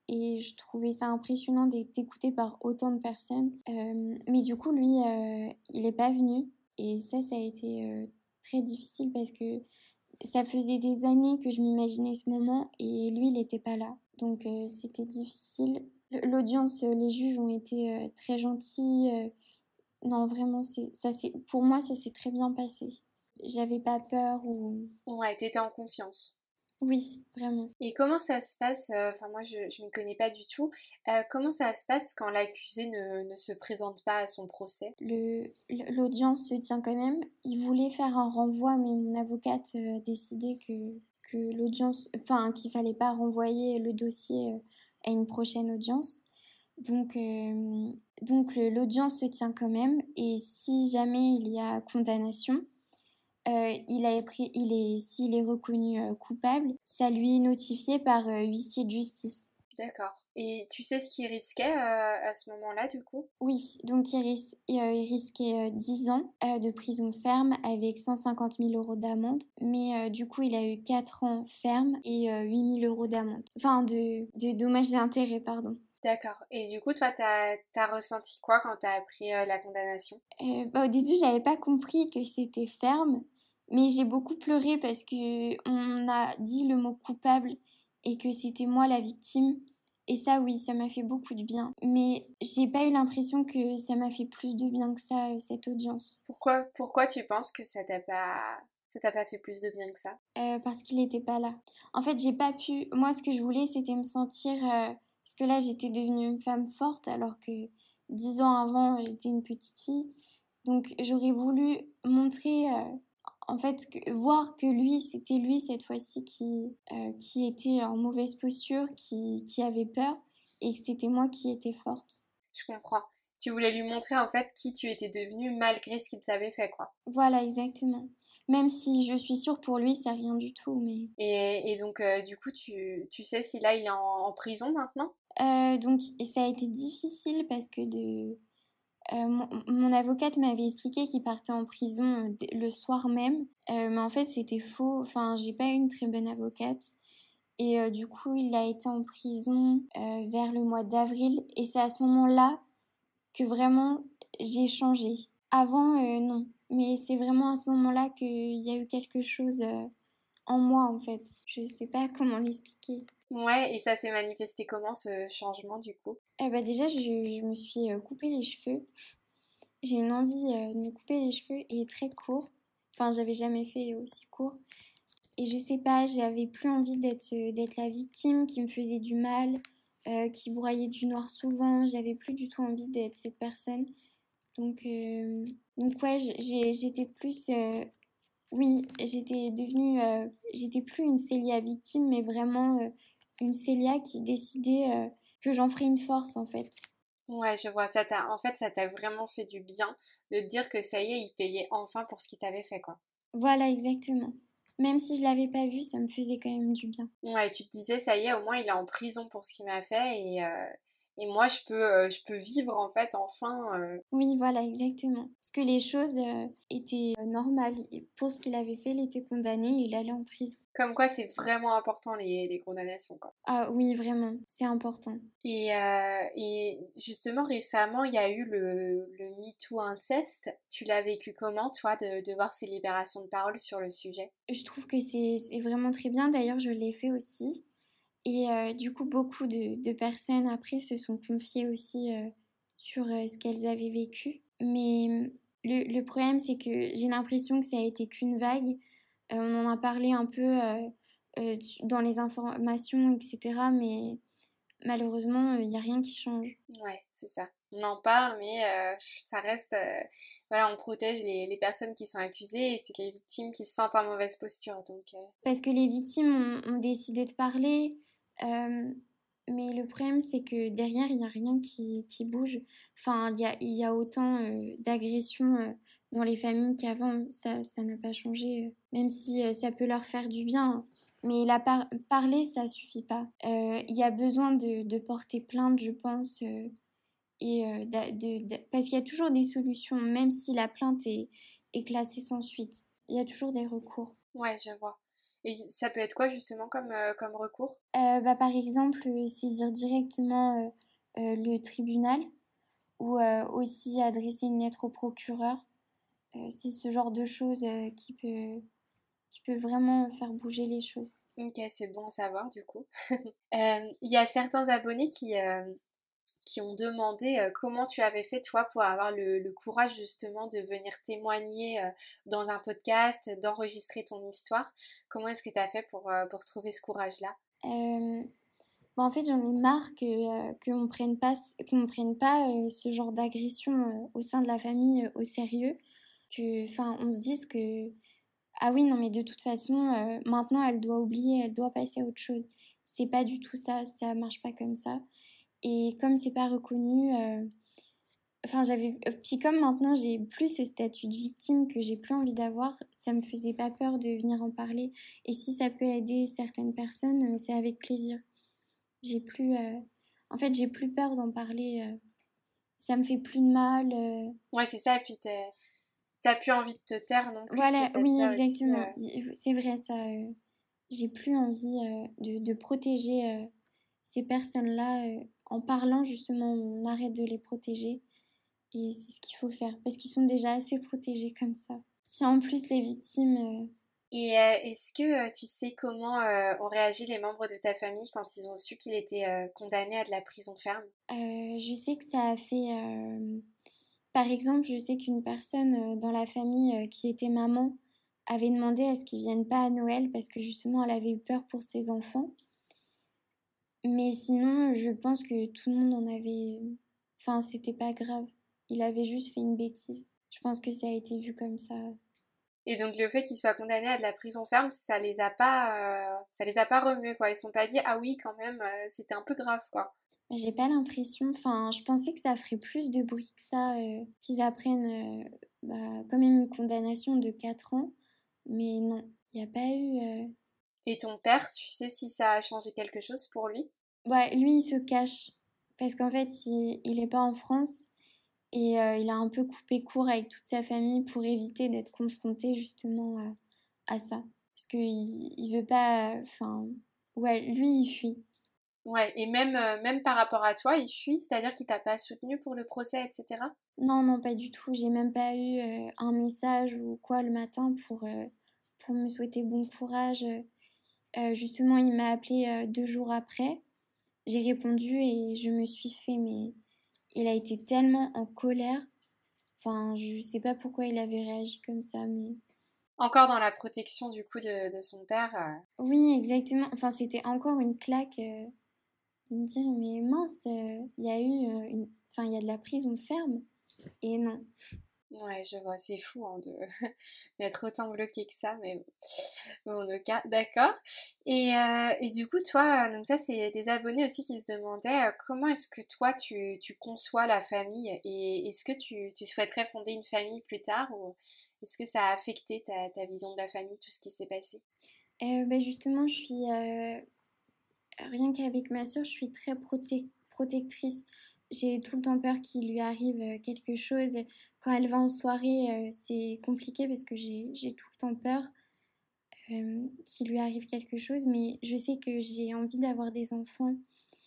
et je trouvais ça impressionnant d'être écouté par autant de personnes. Euh, mais du coup, lui, euh, il n'est pas venu et ça, ça a été euh, très difficile parce que ça faisait des années que je m'imaginais ce moment et lui, il n'était pas là. Donc euh, c'était difficile. L'audience, les juges ont été euh, très gentils. Euh, non, vraiment, c'est, ça, c'est, pour moi, ça s'est très bien passé. J'avais pas peur ou... Ouais, t'étais en confiance. Oui, vraiment. Et comment ça se passe, euh, enfin moi je je ne connais pas du tout, euh, comment ça se passe quand l'accusé ne, ne se présente pas à son procès? Le, l'audience se tient quand même. Il voulait faire un renvoi, mais mon avocate euh, a décidé que, que l'audience, enfin, qu'il fallait pas renvoyer le dossier euh, à une prochaine audience. Donc, euh, donc le- l'audience se tient quand même. Et si jamais il y a condamnation, euh, il a pris, il est, s'il est reconnu euh, coupable, ça lui est notifié par euh, huissier de justice. D'accord. Et tu sais ce qu'il risquait euh, à ce moment-là du coup? Oui, donc il, ris- euh, il risquait euh, dix ans euh, de prison ferme avec cent cinquante mille euros d'amende. Mais euh, du coup, il a eu quatre ans ferme et euh, huit mille euros d'amende. Enfin, de, de dommages et intérêts, pardon. D'accord. Et du coup, toi, t'as, t'as ressenti quoi quand t'as appris euh, la condamnation? Euh, bah, au début, j'avais pas compris que c'était ferme, mais j'ai beaucoup pleuré parce que on a dit le mot coupable et que c'était moi la victime. Et ça, oui, ça m'a fait beaucoup de bien. Mais j'ai pas eu l'impression que ça m'a fait plus de bien que ça, euh, cette audience. Pourquoi, pourquoi tu penses que ça t'a pas, ça t'a pas fait plus de bien que ça? Euh, parce qu'il n'était pas là. En fait, j'ai pas pu. Moi, ce que je voulais, c'était me sentir. euh, Parce que là, j'étais devenue une femme forte, alors que dix ans avant, j'étais une petite fille. Donc, j'aurais voulu montrer. euh, En fait, que- voir que lui, c'était lui cette fois-ci qui, euh, qui était en mauvaise posture, qui, qui avait peur, et que c'était moi qui étais forte. Je comprends. Tu voulais lui montrer en fait qui tu étais devenue malgré ce qu'il t'avait fait, quoi. Voilà, exactement. Même si je suis sûre pour lui, c'est rien du tout, mais... Et, et donc, euh, du coup, tu, tu sais si là, il est en, en prison maintenant? Euh, donc, et ça a été difficile parce que de... euh, mon, mon avocate m'avait expliqué qu'il partait en prison euh, d- le soir même, euh, mais en fait c'était faux. Enfin, j'ai pas eu une très bonne avocate. Et euh, du coup, il a été en prison euh, vers le mois d'avril. Et c'est à ce moment-là que vraiment j'ai changé. Avant, euh, non. Mais c'est vraiment à ce moment-là qu'il y a eu quelque chose euh, en moi, en fait. Je sais pas comment l'expliquer. Ouais, et ça s'est manifesté comment ce changement du coup? Eh bah déjà, je, je me suis euh, coupé les cheveux. J'ai une envie euh, de me couper les cheveux et très court. Enfin, j'avais jamais fait aussi court. Et je sais pas, j'avais plus envie d'être euh, d'être la victime qui me faisait du mal, euh, qui broyait du noir souvent. J'avais plus du tout envie d'être cette personne. Donc, euh, donc ouais, j'ai, j'étais plus... euh, oui, j'étais devenue... euh, j'étais plus une Célia victime, mais vraiment euh, une Célia qui décidait euh, que j'en ferais une force, en fait. Ouais, je vois, ça t'a, en fait, ça t'a vraiment fait du bien de te dire que ça y est, il payait enfin pour ce qu'il t'avait fait, quoi. Voilà, exactement. Même si je l'avais pas vu, ça me faisait quand même du bien. Ouais, tu te disais, ça y est, au moins, il est en prison pour ce qu'il m'a fait et, euh, et moi, je peux, euh, je peux vivre, en fait, enfin. euh. Oui, voilà, exactement. Parce que les choses euh, étaient euh, normales. Et pour ce qu'il avait fait, il était condamné et il allait en prison. Comme quoi, c'est vraiment important, les, les condamnations, quoi. Ah oui, vraiment, c'est important. Et, euh, et justement, récemment, il y a eu le, le MeToo inceste. Tu l'as vécu comment, toi, de, de voir ces libérations de parole sur le sujet? Je trouve que c'est c'est vraiment très bien. D'ailleurs, je l'ai fait aussi. Et euh, du coup, beaucoup de, de personnes après se sont confiées aussi euh, sur euh, ce qu'elles avaient vécu. Mais le, le problème, c'est que j'ai l'impression que ça a été qu'une vague. Euh, on en a parlé un peu euh, euh, dans les informations, et cetera. Mais malheureusement, il n'y a rien qui change. Ouais, c'est ça. On en parle, mais euh, ça reste... euh, voilà, on protège les, les personnes qui sont accusées et c'est les victimes qui se sentent en mauvaise posture. Donc, euh, Parce que les victimes ont, ont décidé de parler. euh, mais le problème, c'est que derrière, il n'y a rien qui, qui bouge. Enfin, il y a, il y a autant euh, d'agressions euh, dans les familles qu'avant. Ça, ça n'a pas changé. euh, Même si euh, ça peut leur faire du bien. Mais la par- parler, ça suffit pas. Euh, Il y a besoin de, de porter plainte, je pense. euh, et euh, d'a- de, de- parce qu'il y a toujours des solutions, même si la plainte est, est classée sans suite. Il y a toujours des recours. ouais, je vois. Et ça peut être quoi justement comme, euh, comme recours? Euh, bah, par exemple, euh, saisir directement euh, euh, le tribunal ou euh, aussi adresser une lettre au procureur. Euh, c'est ce genre de choses euh, qui peut, qui peut vraiment faire bouger les choses. Ok, c'est bon à savoir du coup. Euh, Il y a certains abonnés qui, euh, qui ont demandé euh, comment tu avais fait toi pour avoir le, le courage justement de venir témoigner euh, dans un podcast, d'enregistrer ton histoire. Comment est-ce que tu as fait pour, euh, pour trouver ce courage-là? Euh, bah, en fait, j'en ai marre que, euh, qu'on ne prenne pas, qu'on prenne pas euh, ce genre d'agression euh, au sein de la famille euh, au sérieux. Que, enfin, on se dise que, ah oui, non, mais de toute façon, euh, maintenant, elle doit oublier, elle doit passer à autre chose. C'est pas du tout ça, ça marche pas comme ça. Et comme c'est pas reconnu, euh, enfin, j'avais. euh, Puis comme maintenant, j'ai plus ce statut de victime que j'ai plus envie d'avoir, ça me faisait pas peur de venir en parler. Et si ça peut aider certaines personnes, euh, c'est avec plaisir. J'ai plus. euh, En fait, j'ai plus peur d'en parler. euh, Ça me fait plus de mal. euh. Ouais, c'est ça, et puis t'es- t'as plus envie de te taire non plus, c'est Voilà, peut-être oui, ça aussi. exactement. euh. C'est vrai, ça. euh, J'ai plus envie euh, de, de protéger euh, ces personnes-là. euh, En parlant, justement, on arrête de les protéger. Et c'est ce qu'il faut faire, parce qu'ils sont déjà assez protégés comme ça. Si en plus les victimes... euh, Et euh, est-ce que euh, tu sais comment euh, ont réagi les membres de ta famille quand ils ont su qu'il était euh, condamné à de la prison ferme? euh, je sais que ça a fait... euh, Par exemple, je sais qu'une personne euh, dans la famille euh, qui était maman avait demandé à ce qu'ils viennent pas à Noël parce que justement elle avait eu peur pour ses enfants. Mais sinon, je pense que tout le monde en avait... Enfin, c'était pas grave. Il avait juste fait une bêtise. Je pense que ça a été vu comme ça. Et donc le fait qu'ils soient condamnés à de la prison ferme, ça les a pas, euh, ça les a pas remués quoi. Ils se sont pas dit ah oui quand même, euh, c'était un peu grave quoi. Mais j'ai pas l'impression, enfin, je pensais que ça ferait plus de bruit que ça, euh, qu'ils apprennent euh, bah, quand même une condamnation de quatre ans, mais non, il n'y a pas eu... euh, Et ton père, tu sais si ça a changé quelque chose pour lui? Ouais, lui, il se cache, parce qu'en fait, il, il est pas en France, et euh, il a un peu coupé court avec toute sa famille pour éviter d'être confronté justement à, à ça. Parce qu'il il veut pas... Enfin, ouais, lui, il fuit. Ouais, et même, euh, même par rapport à toi, il fuit, c'est-à-dire qu'il t'a pas soutenu pour le procès, et cetera. Non, non, pas du tout. J'ai même pas eu euh, un message ou quoi le matin pour, euh, pour me souhaiter bon courage. Euh, justement, il m'a appelé euh, deux jours après. J'ai répondu et je me suis fait, mais il a été tellement en colère. Enfin, je sais pas pourquoi il avait réagi comme ça, mais... Encore dans la protection du coup de, de son père. euh. Oui, exactement. Enfin, c'était encore une claque euh, de me dire, mais mince, euh, il y a eu euh, une... Enfin, il y a de la prison ferme. Et non. Ouais, je vois, c'est fou hein, de d'être autant bloqué que ça, mais bon, bon, ok, d'accord. Et, euh, et du coup, toi, donc ça, c'est des abonnés aussi qui se demandaient euh, comment est-ce que toi, tu, tu conçois la famille et est-ce que tu, tu souhaiterais fonder une famille plus tard ou est-ce que ça a affecté ta, ta vision de la famille, tout ce qui s'est passé? Euh, bah, justement, je suis... euh, Rien qu'avec ma soeur, je suis très prote- protectrice. J'ai tout le temps peur qu'il lui arrive euh, quelque chose. Quand elle va en soirée, euh, c'est compliqué parce que j'ai j'ai tout le temps peur euh, qu'il lui arrive quelque chose. Mais je sais que j'ai envie d'avoir des enfants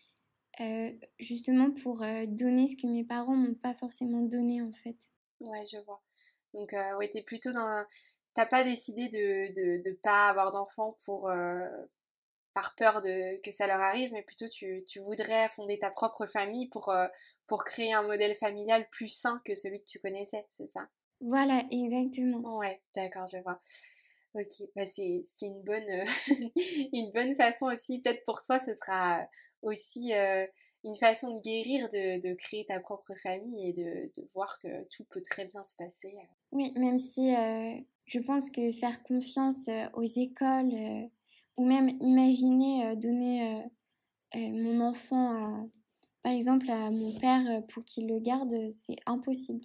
euh, justement pour euh, donner ce que mes parents m'ont pas forcément donné en fait. Ouais, je vois. Donc, euh, ouais, t'es plutôt dans... T'as pas décidé de, de, de pas avoir d'enfants pour, euh, par peur de, que ça leur arrive, mais plutôt tu, tu voudrais fonder ta propre famille pour, euh, pour créer un modèle familial plus sain que celui que tu connaissais, c'est ça? Voilà, exactement. Ouais, d'accord, je vois. Ok, bah c'est, c'est une bonne, euh, une bonne façon aussi, peut-être pour toi, ce sera aussi euh, une façon de guérir, de, de créer ta propre famille et de, de voir que tout peut très bien se passer. Oui, même si euh, je pense que faire confiance euh, aux écoles euh, ou même imaginer euh, donner euh, euh, mon enfant, à, par exemple, à mon père euh, pour qu'il le garde, c'est impossible.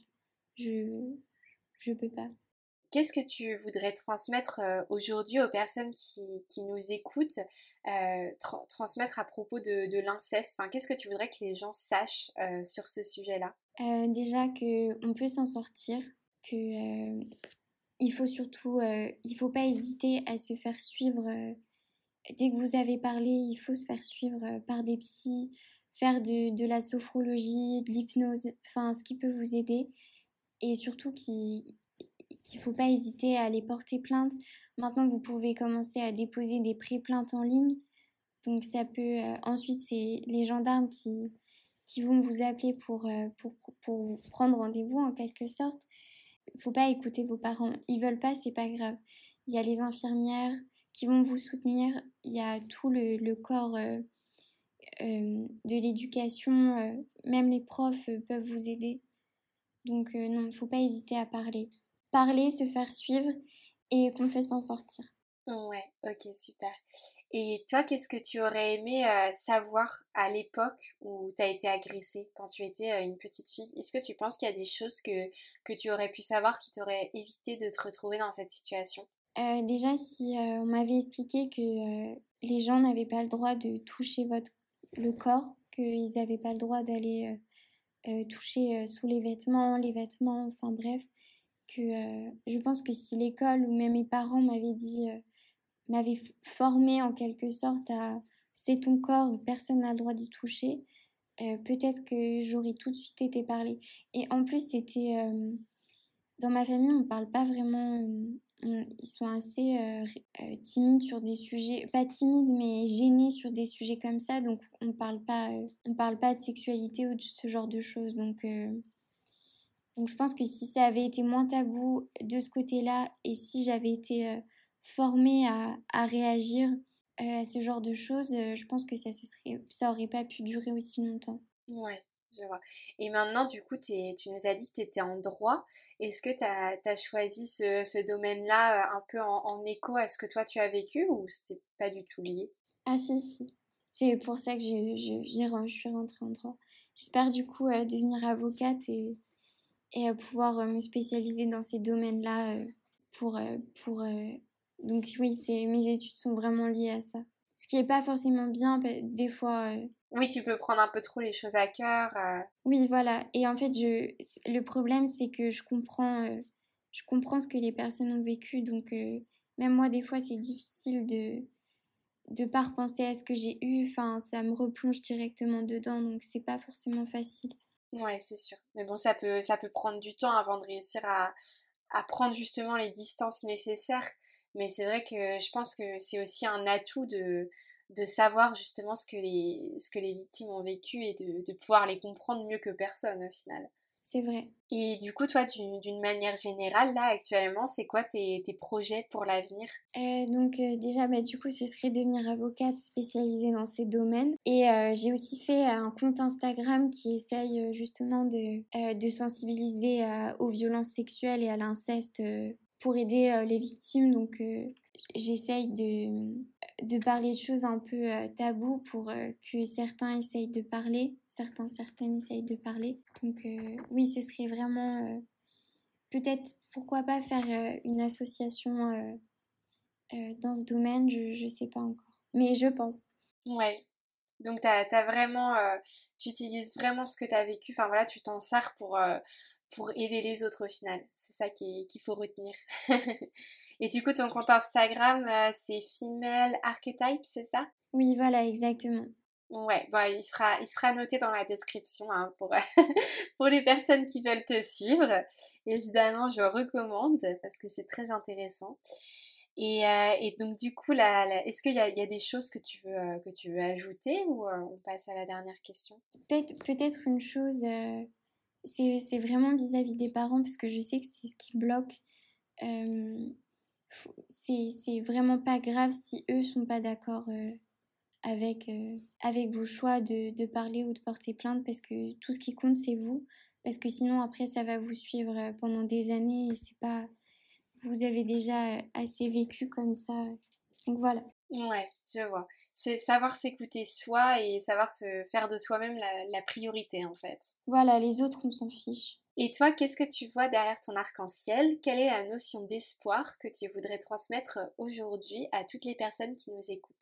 Je je peux pas. Qu'est-ce que tu voudrais transmettre euh, aujourd'hui aux personnes qui, qui nous écoutent, euh, tra- transmettre à propos de, de l'inceste? Enfin, qu'est-ce que tu voudrais que les gens sachent euh, sur ce sujet-là? Euh, déjà que on peut s'en sortir, que euh, il faut surtout, euh, il faut pas hésiter à se faire suivre. Euh, dès que vous avez parlé, il faut se faire suivre euh, par des psys, faire de, de la sophrologie, de l'hypnose, enfin ce qui peut vous aider. Et surtout qu'il qu'il faut pas hésiter à aller porter plainte. Maintenant, vous pouvez commencer à déposer des pré-plaintes en ligne. Donc ça peut... euh, ensuite, c'est les gendarmes qui, qui vont vous appeler pour, euh, pour, pour vous prendre rendez-vous en quelque sorte. Faut pas écouter vos parents. Ils veulent pas, c'est pas grave. Il y a les infirmières qui vont vous soutenir. Il y a tout le, le corps euh, euh, de l'éducation. Euh, même les profs euh, peuvent vous aider. Donc euh, non, faut pas hésiter à parler. Parler, se faire suivre et qu'on peut s'en sortir. Ouais, ok, super. Et toi, qu'est-ce que tu aurais aimé euh, savoir à l'époque où tu as été agressée, quand tu étais euh, une petite fille? Est-ce que tu penses qu'il y a des choses que, que tu aurais pu savoir qui t'auraient évité de te retrouver dans cette situation? Euh, déjà, si euh, on m'avait expliqué que euh, les gens n'avaient pas le droit de toucher votre, le corps, qu'ils n'avaient pas le droit d'aller euh, euh, toucher euh, sous les vêtements, les vêtements, enfin bref, que euh, je pense que si l'école ou même mes parents m'avaient dit, euh, m'avaient formé en quelque sorte à c'est ton corps, personne n'a le droit d'y toucher, euh, peut-être que j'aurais tout de suite été parler. Et en plus, c'était euh, dans ma famille, on ne parle pas vraiment. Euh, on- ils sont assez euh, euh, timides sur des sujets, pas timides, mais gênés sur des sujets comme ça. Donc, on parle pas, euh, on parle pas de sexualité ou de ce genre de choses. Donc, euh, donc, je pense que si ça avait été moins tabou de ce côté-là et si j'avais été euh, formée à, à réagir euh, à ce genre de choses, euh, je pense que ça se serait, ça aurait pas pu durer aussi longtemps. Ouais, je vois. Et maintenant, du coup, t'es- tu nous as dit que tu étais en droit. Est-ce que tu as choisi ce, ce domaine-là euh, un peu en, en écho à ce que toi tu as vécu ou c'était pas du tout lié? Ah si, si. C'est pour ça que je, je, j'y re- je suis rentrée en droit. J'espère du coup euh, devenir avocate et, et euh, pouvoir euh, me spécialiser dans ces domaines-là euh, pour... euh, pour euh, Donc oui, c'est, mes études sont vraiment liées à ça. Ce qui est pas forcément bien, pa- des fois... euh, Oui, tu peux prendre un peu trop les choses à cœur. euh, Oui, voilà. Et en fait, je... le problème, c'est que je comprends, euh, je comprends ce que les personnes ont vécu. Donc, euh, même moi, des fois, c'est difficile de de pas repenser à ce que j'ai eu. Enfin, ça me replonge directement dedans. Donc, c'est pas forcément facile. Ouais, c'est sûr. Mais bon, ça peut, ça peut prendre du temps avant de réussir à, à prendre justement les distances nécessaires. Mais c'est vrai que je pense que c'est aussi un atout de, de savoir justement ce que les, ce que les victimes ont vécu et de, de pouvoir les comprendre mieux que personne au final. C'est vrai. Et du coup, toi, d'une d'une manière générale, là, actuellement, c'est quoi tes, tes projets pour l'avenir? Euh, donc, euh, déjà, bah, du coup, ce serait devenir avocate spécialisée dans ces domaines. Et euh, j'ai aussi fait un compte Instagram qui essaye euh, justement de, euh, de sensibiliser euh, aux violences sexuelles et à l'inceste euh, pour aider euh, les victimes. Donc, euh, j'essaye de, de parler de choses un peu euh, tabous pour euh, que certains essayent de parler, certains, certaines essayent de parler. Donc, euh, oui, ce serait vraiment... euh, peut-être, pourquoi pas faire euh, une association euh, euh, dans ce domaine, je ne sais pas encore. Mais je pense. Ouais. Donc, t'as, t'as vraiment, euh, tu utilises vraiment ce que t'as vécu. Enfin, voilà, tu t'en sers pour, euh, pour aider les autres au final. C'est ça qui- qu'il faut retenir. Et du coup, ton compte Instagram, euh, c'est Female Archetype, c'est ça? Oui, voilà, exactement. Ouais, bah, il sera, il sera noté dans la description hein, pour, pour les personnes qui veulent te suivre. Évidemment, je recommande parce que c'est très intéressant. Et, euh, et donc du coup, là, là, est-ce qu'il y a, il y a des choses que tu veux, euh, que tu veux ajouter ou euh, on passe à la dernière question? Peut-être, peut-être une chose, euh, c'est, c'est vraiment vis-à-vis des parents, parce que je sais que c'est ce qui bloque. Euh, faut- c'est, c'est vraiment pas grave si eux sont pas d'accord euh, avec, euh, avec vos choix de, de parler ou de porter plainte, parce que tout ce qui compte, c'est vous. Parce que sinon, après, ça va vous suivre euh, pendant des années et c'est pas... Vous avez déjà assez vécu comme ça. Donc voilà. Ouais, je vois. C'est savoir s'écouter soi et savoir se faire de soi-même la, la priorité en fait. Voilà, les autres, on s'en fiche. Et toi, qu'est-ce que tu vois derrière ton arc-en-ciel? Quelle est la notion d'espoir que tu voudrais transmettre aujourd'hui à toutes les personnes qui nous écoutent?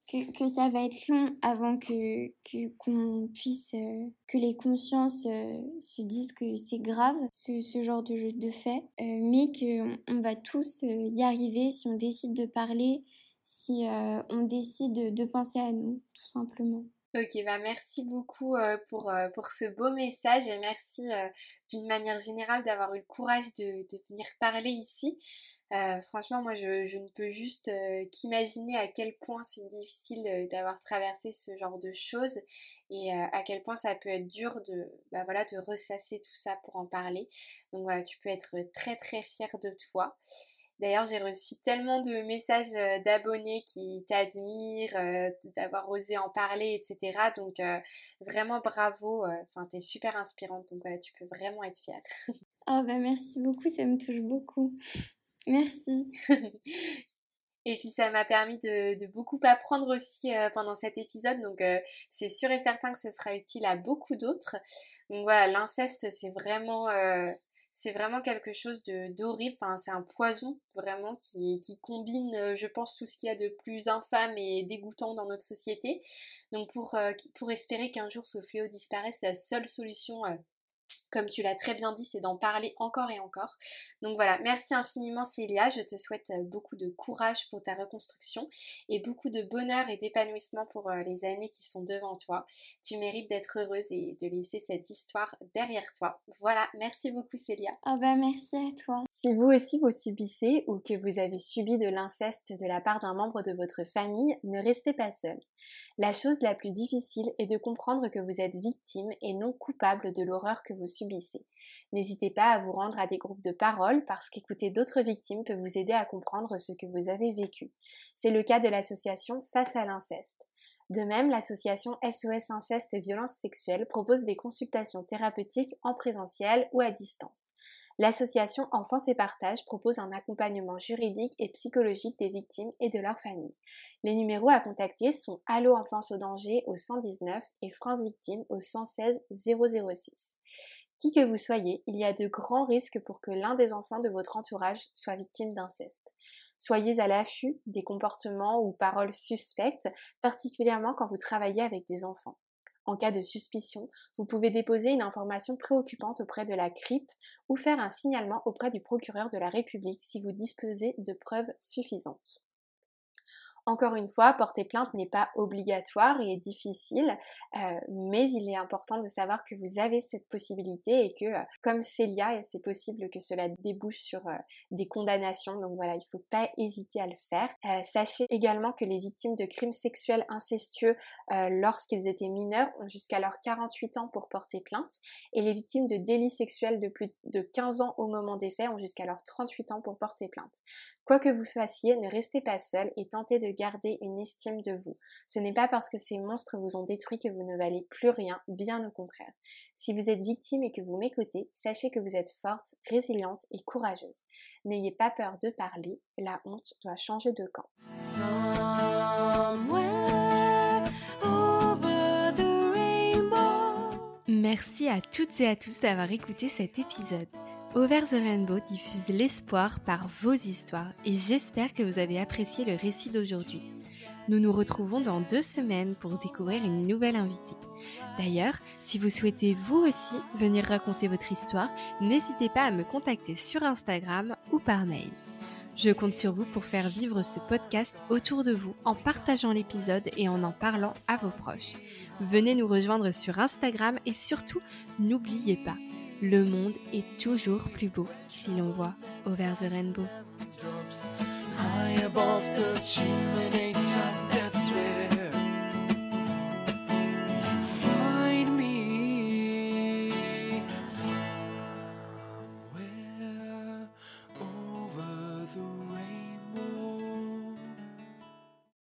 que, que ça va être long avant que, que, qu'on puisse, euh, que les consciences euh, se disent que c'est grave, ce, ce genre de, de fait, euh, mais qu'on on va tous euh, y arriver si on décide de parler, si euh, on décide de, de penser à nous, tout simplement. Ok, bah merci beaucoup euh, pour, euh, pour ce beau message et merci euh, d'une manière générale d'avoir eu le courage de, de venir parler ici. Euh, franchement, moi je, je ne peux juste euh, qu'imaginer à quel point c'est difficile euh, d'avoir traversé ce genre de choses et euh, à quel point ça peut être dur de, bah voilà, de ressasser tout ça pour en parler. Donc voilà, tu peux être très très fière de toi. D'ailleurs, j'ai reçu tellement de messages euh, d'abonnés qui t'admirent, euh, d'avoir osé en parler, et cetera. Donc euh, vraiment bravo, euh, enfin t'es super inspirante, donc voilà, tu peux vraiment être fière. Oh bah merci beaucoup, ça me touche beaucoup. Merci. Et puis ça m'a permis de, de beaucoup apprendre aussi euh, pendant cet épisode, donc euh, c'est sûr et certain que ce sera utile à beaucoup d'autres. Donc voilà, l'inceste c'est vraiment, euh, c'est vraiment quelque chose de, d'horrible, enfin c'est un poison vraiment qui, qui combine euh, je pense tout ce qu'il y a de plus infâme et dégoûtant dans notre société. Donc pour, euh, pour espérer qu'un jour ce fléau disparaisse, la seule solution... Euh, comme tu l'as très bien dit, c'est d'en parler encore et encore. Donc voilà, merci infiniment Célia, je te souhaite beaucoup de courage pour ta reconstruction et beaucoup de bonheur et d'épanouissement pour les années qui sont devant toi. Tu mérites d'être heureuse et de laisser cette histoire derrière toi. Voilà, merci beaucoup Célia. Oh bah merci à toi. Si vous aussi vous subissez ou que vous avez subi de l'inceste de la part d'un membre de votre famille, ne restez pas seul. La chose la plus difficile est de comprendre que vous êtes victime et non coupable de l'horreur que vous subissez. N'hésitez pas à vous rendre à des groupes de parole parce qu'écouter d'autres victimes peut vous aider à comprendre ce que vous avez vécu. C'est le cas de l'association Face à l'inceste. De même, l'association S O S Inceste et Violences Sexuelles propose des consultations thérapeutiques en présentiel ou à distance. L'association Enfance et Partage propose un accompagnement juridique et psychologique des victimes et de leurs familles. Les numéros à contacter sont Allo Enfance au danger au cent dix-neuf et France Victime au cent seize zéro zéro six. Qui que vous soyez, il y a de grands risques pour que l'un des enfants de votre entourage soit victime d'inceste. Soyez à l'affût des comportements ou paroles suspectes, particulièrement quand vous travaillez avec des enfants. En cas de suspicion, vous pouvez déposer une information préoccupante auprès de la C R I P ou faire un signalement auprès du procureur de la République si vous disposez de preuves suffisantes. Encore une fois, porter plainte n'est pas obligatoire et difficile, euh, mais il est important de savoir que vous avez cette possibilité et que, euh, comme Célia, c'est possible que cela débouche sur euh, des condamnations. Donc voilà, il ne faut pas hésiter à le faire. Euh, sachez également que les victimes de crimes sexuels incestueux euh, lorsqu'ils étaient mineurs ont jusqu'à leurs quarante-huit ans pour porter plainte et les victimes de délits sexuels de plus de quinze ans au moment des faits ont jusqu'à leurs trente-huit ans pour porter plainte. Quoi que vous fassiez, ne restez pas seul et tentez de garder une estime de vous. Ce n'est pas parce que ces monstres vous ont détruit que vous ne valez plus rien, bien au contraire. Si vous êtes victime et que vous m'écoutez, sachez que vous êtes forte, résiliente et courageuse. N'ayez pas peur de parler, la honte doit changer de camp. Merci à toutes et à tous d'avoir écouté cet épisode. Over the Rainbow diffuse l'espoir par vos histoires et j'espère que vous avez apprécié le récit d'aujourd'hui. Nous nous retrouvons dans deux semaines pour découvrir une nouvelle invitée. D'ailleurs, si vous souhaitez vous aussi venir raconter votre histoire, n'hésitez pas à me contacter sur Instagram ou par mail. Je compte sur vous pour faire vivre ce podcast autour de vous en partageant l'épisode et en en parlant à vos proches. Venez nous rejoindre sur Instagram et surtout, n'oubliez pas, le monde est toujours plus beau si l'on voit Over the Rainbow. High above the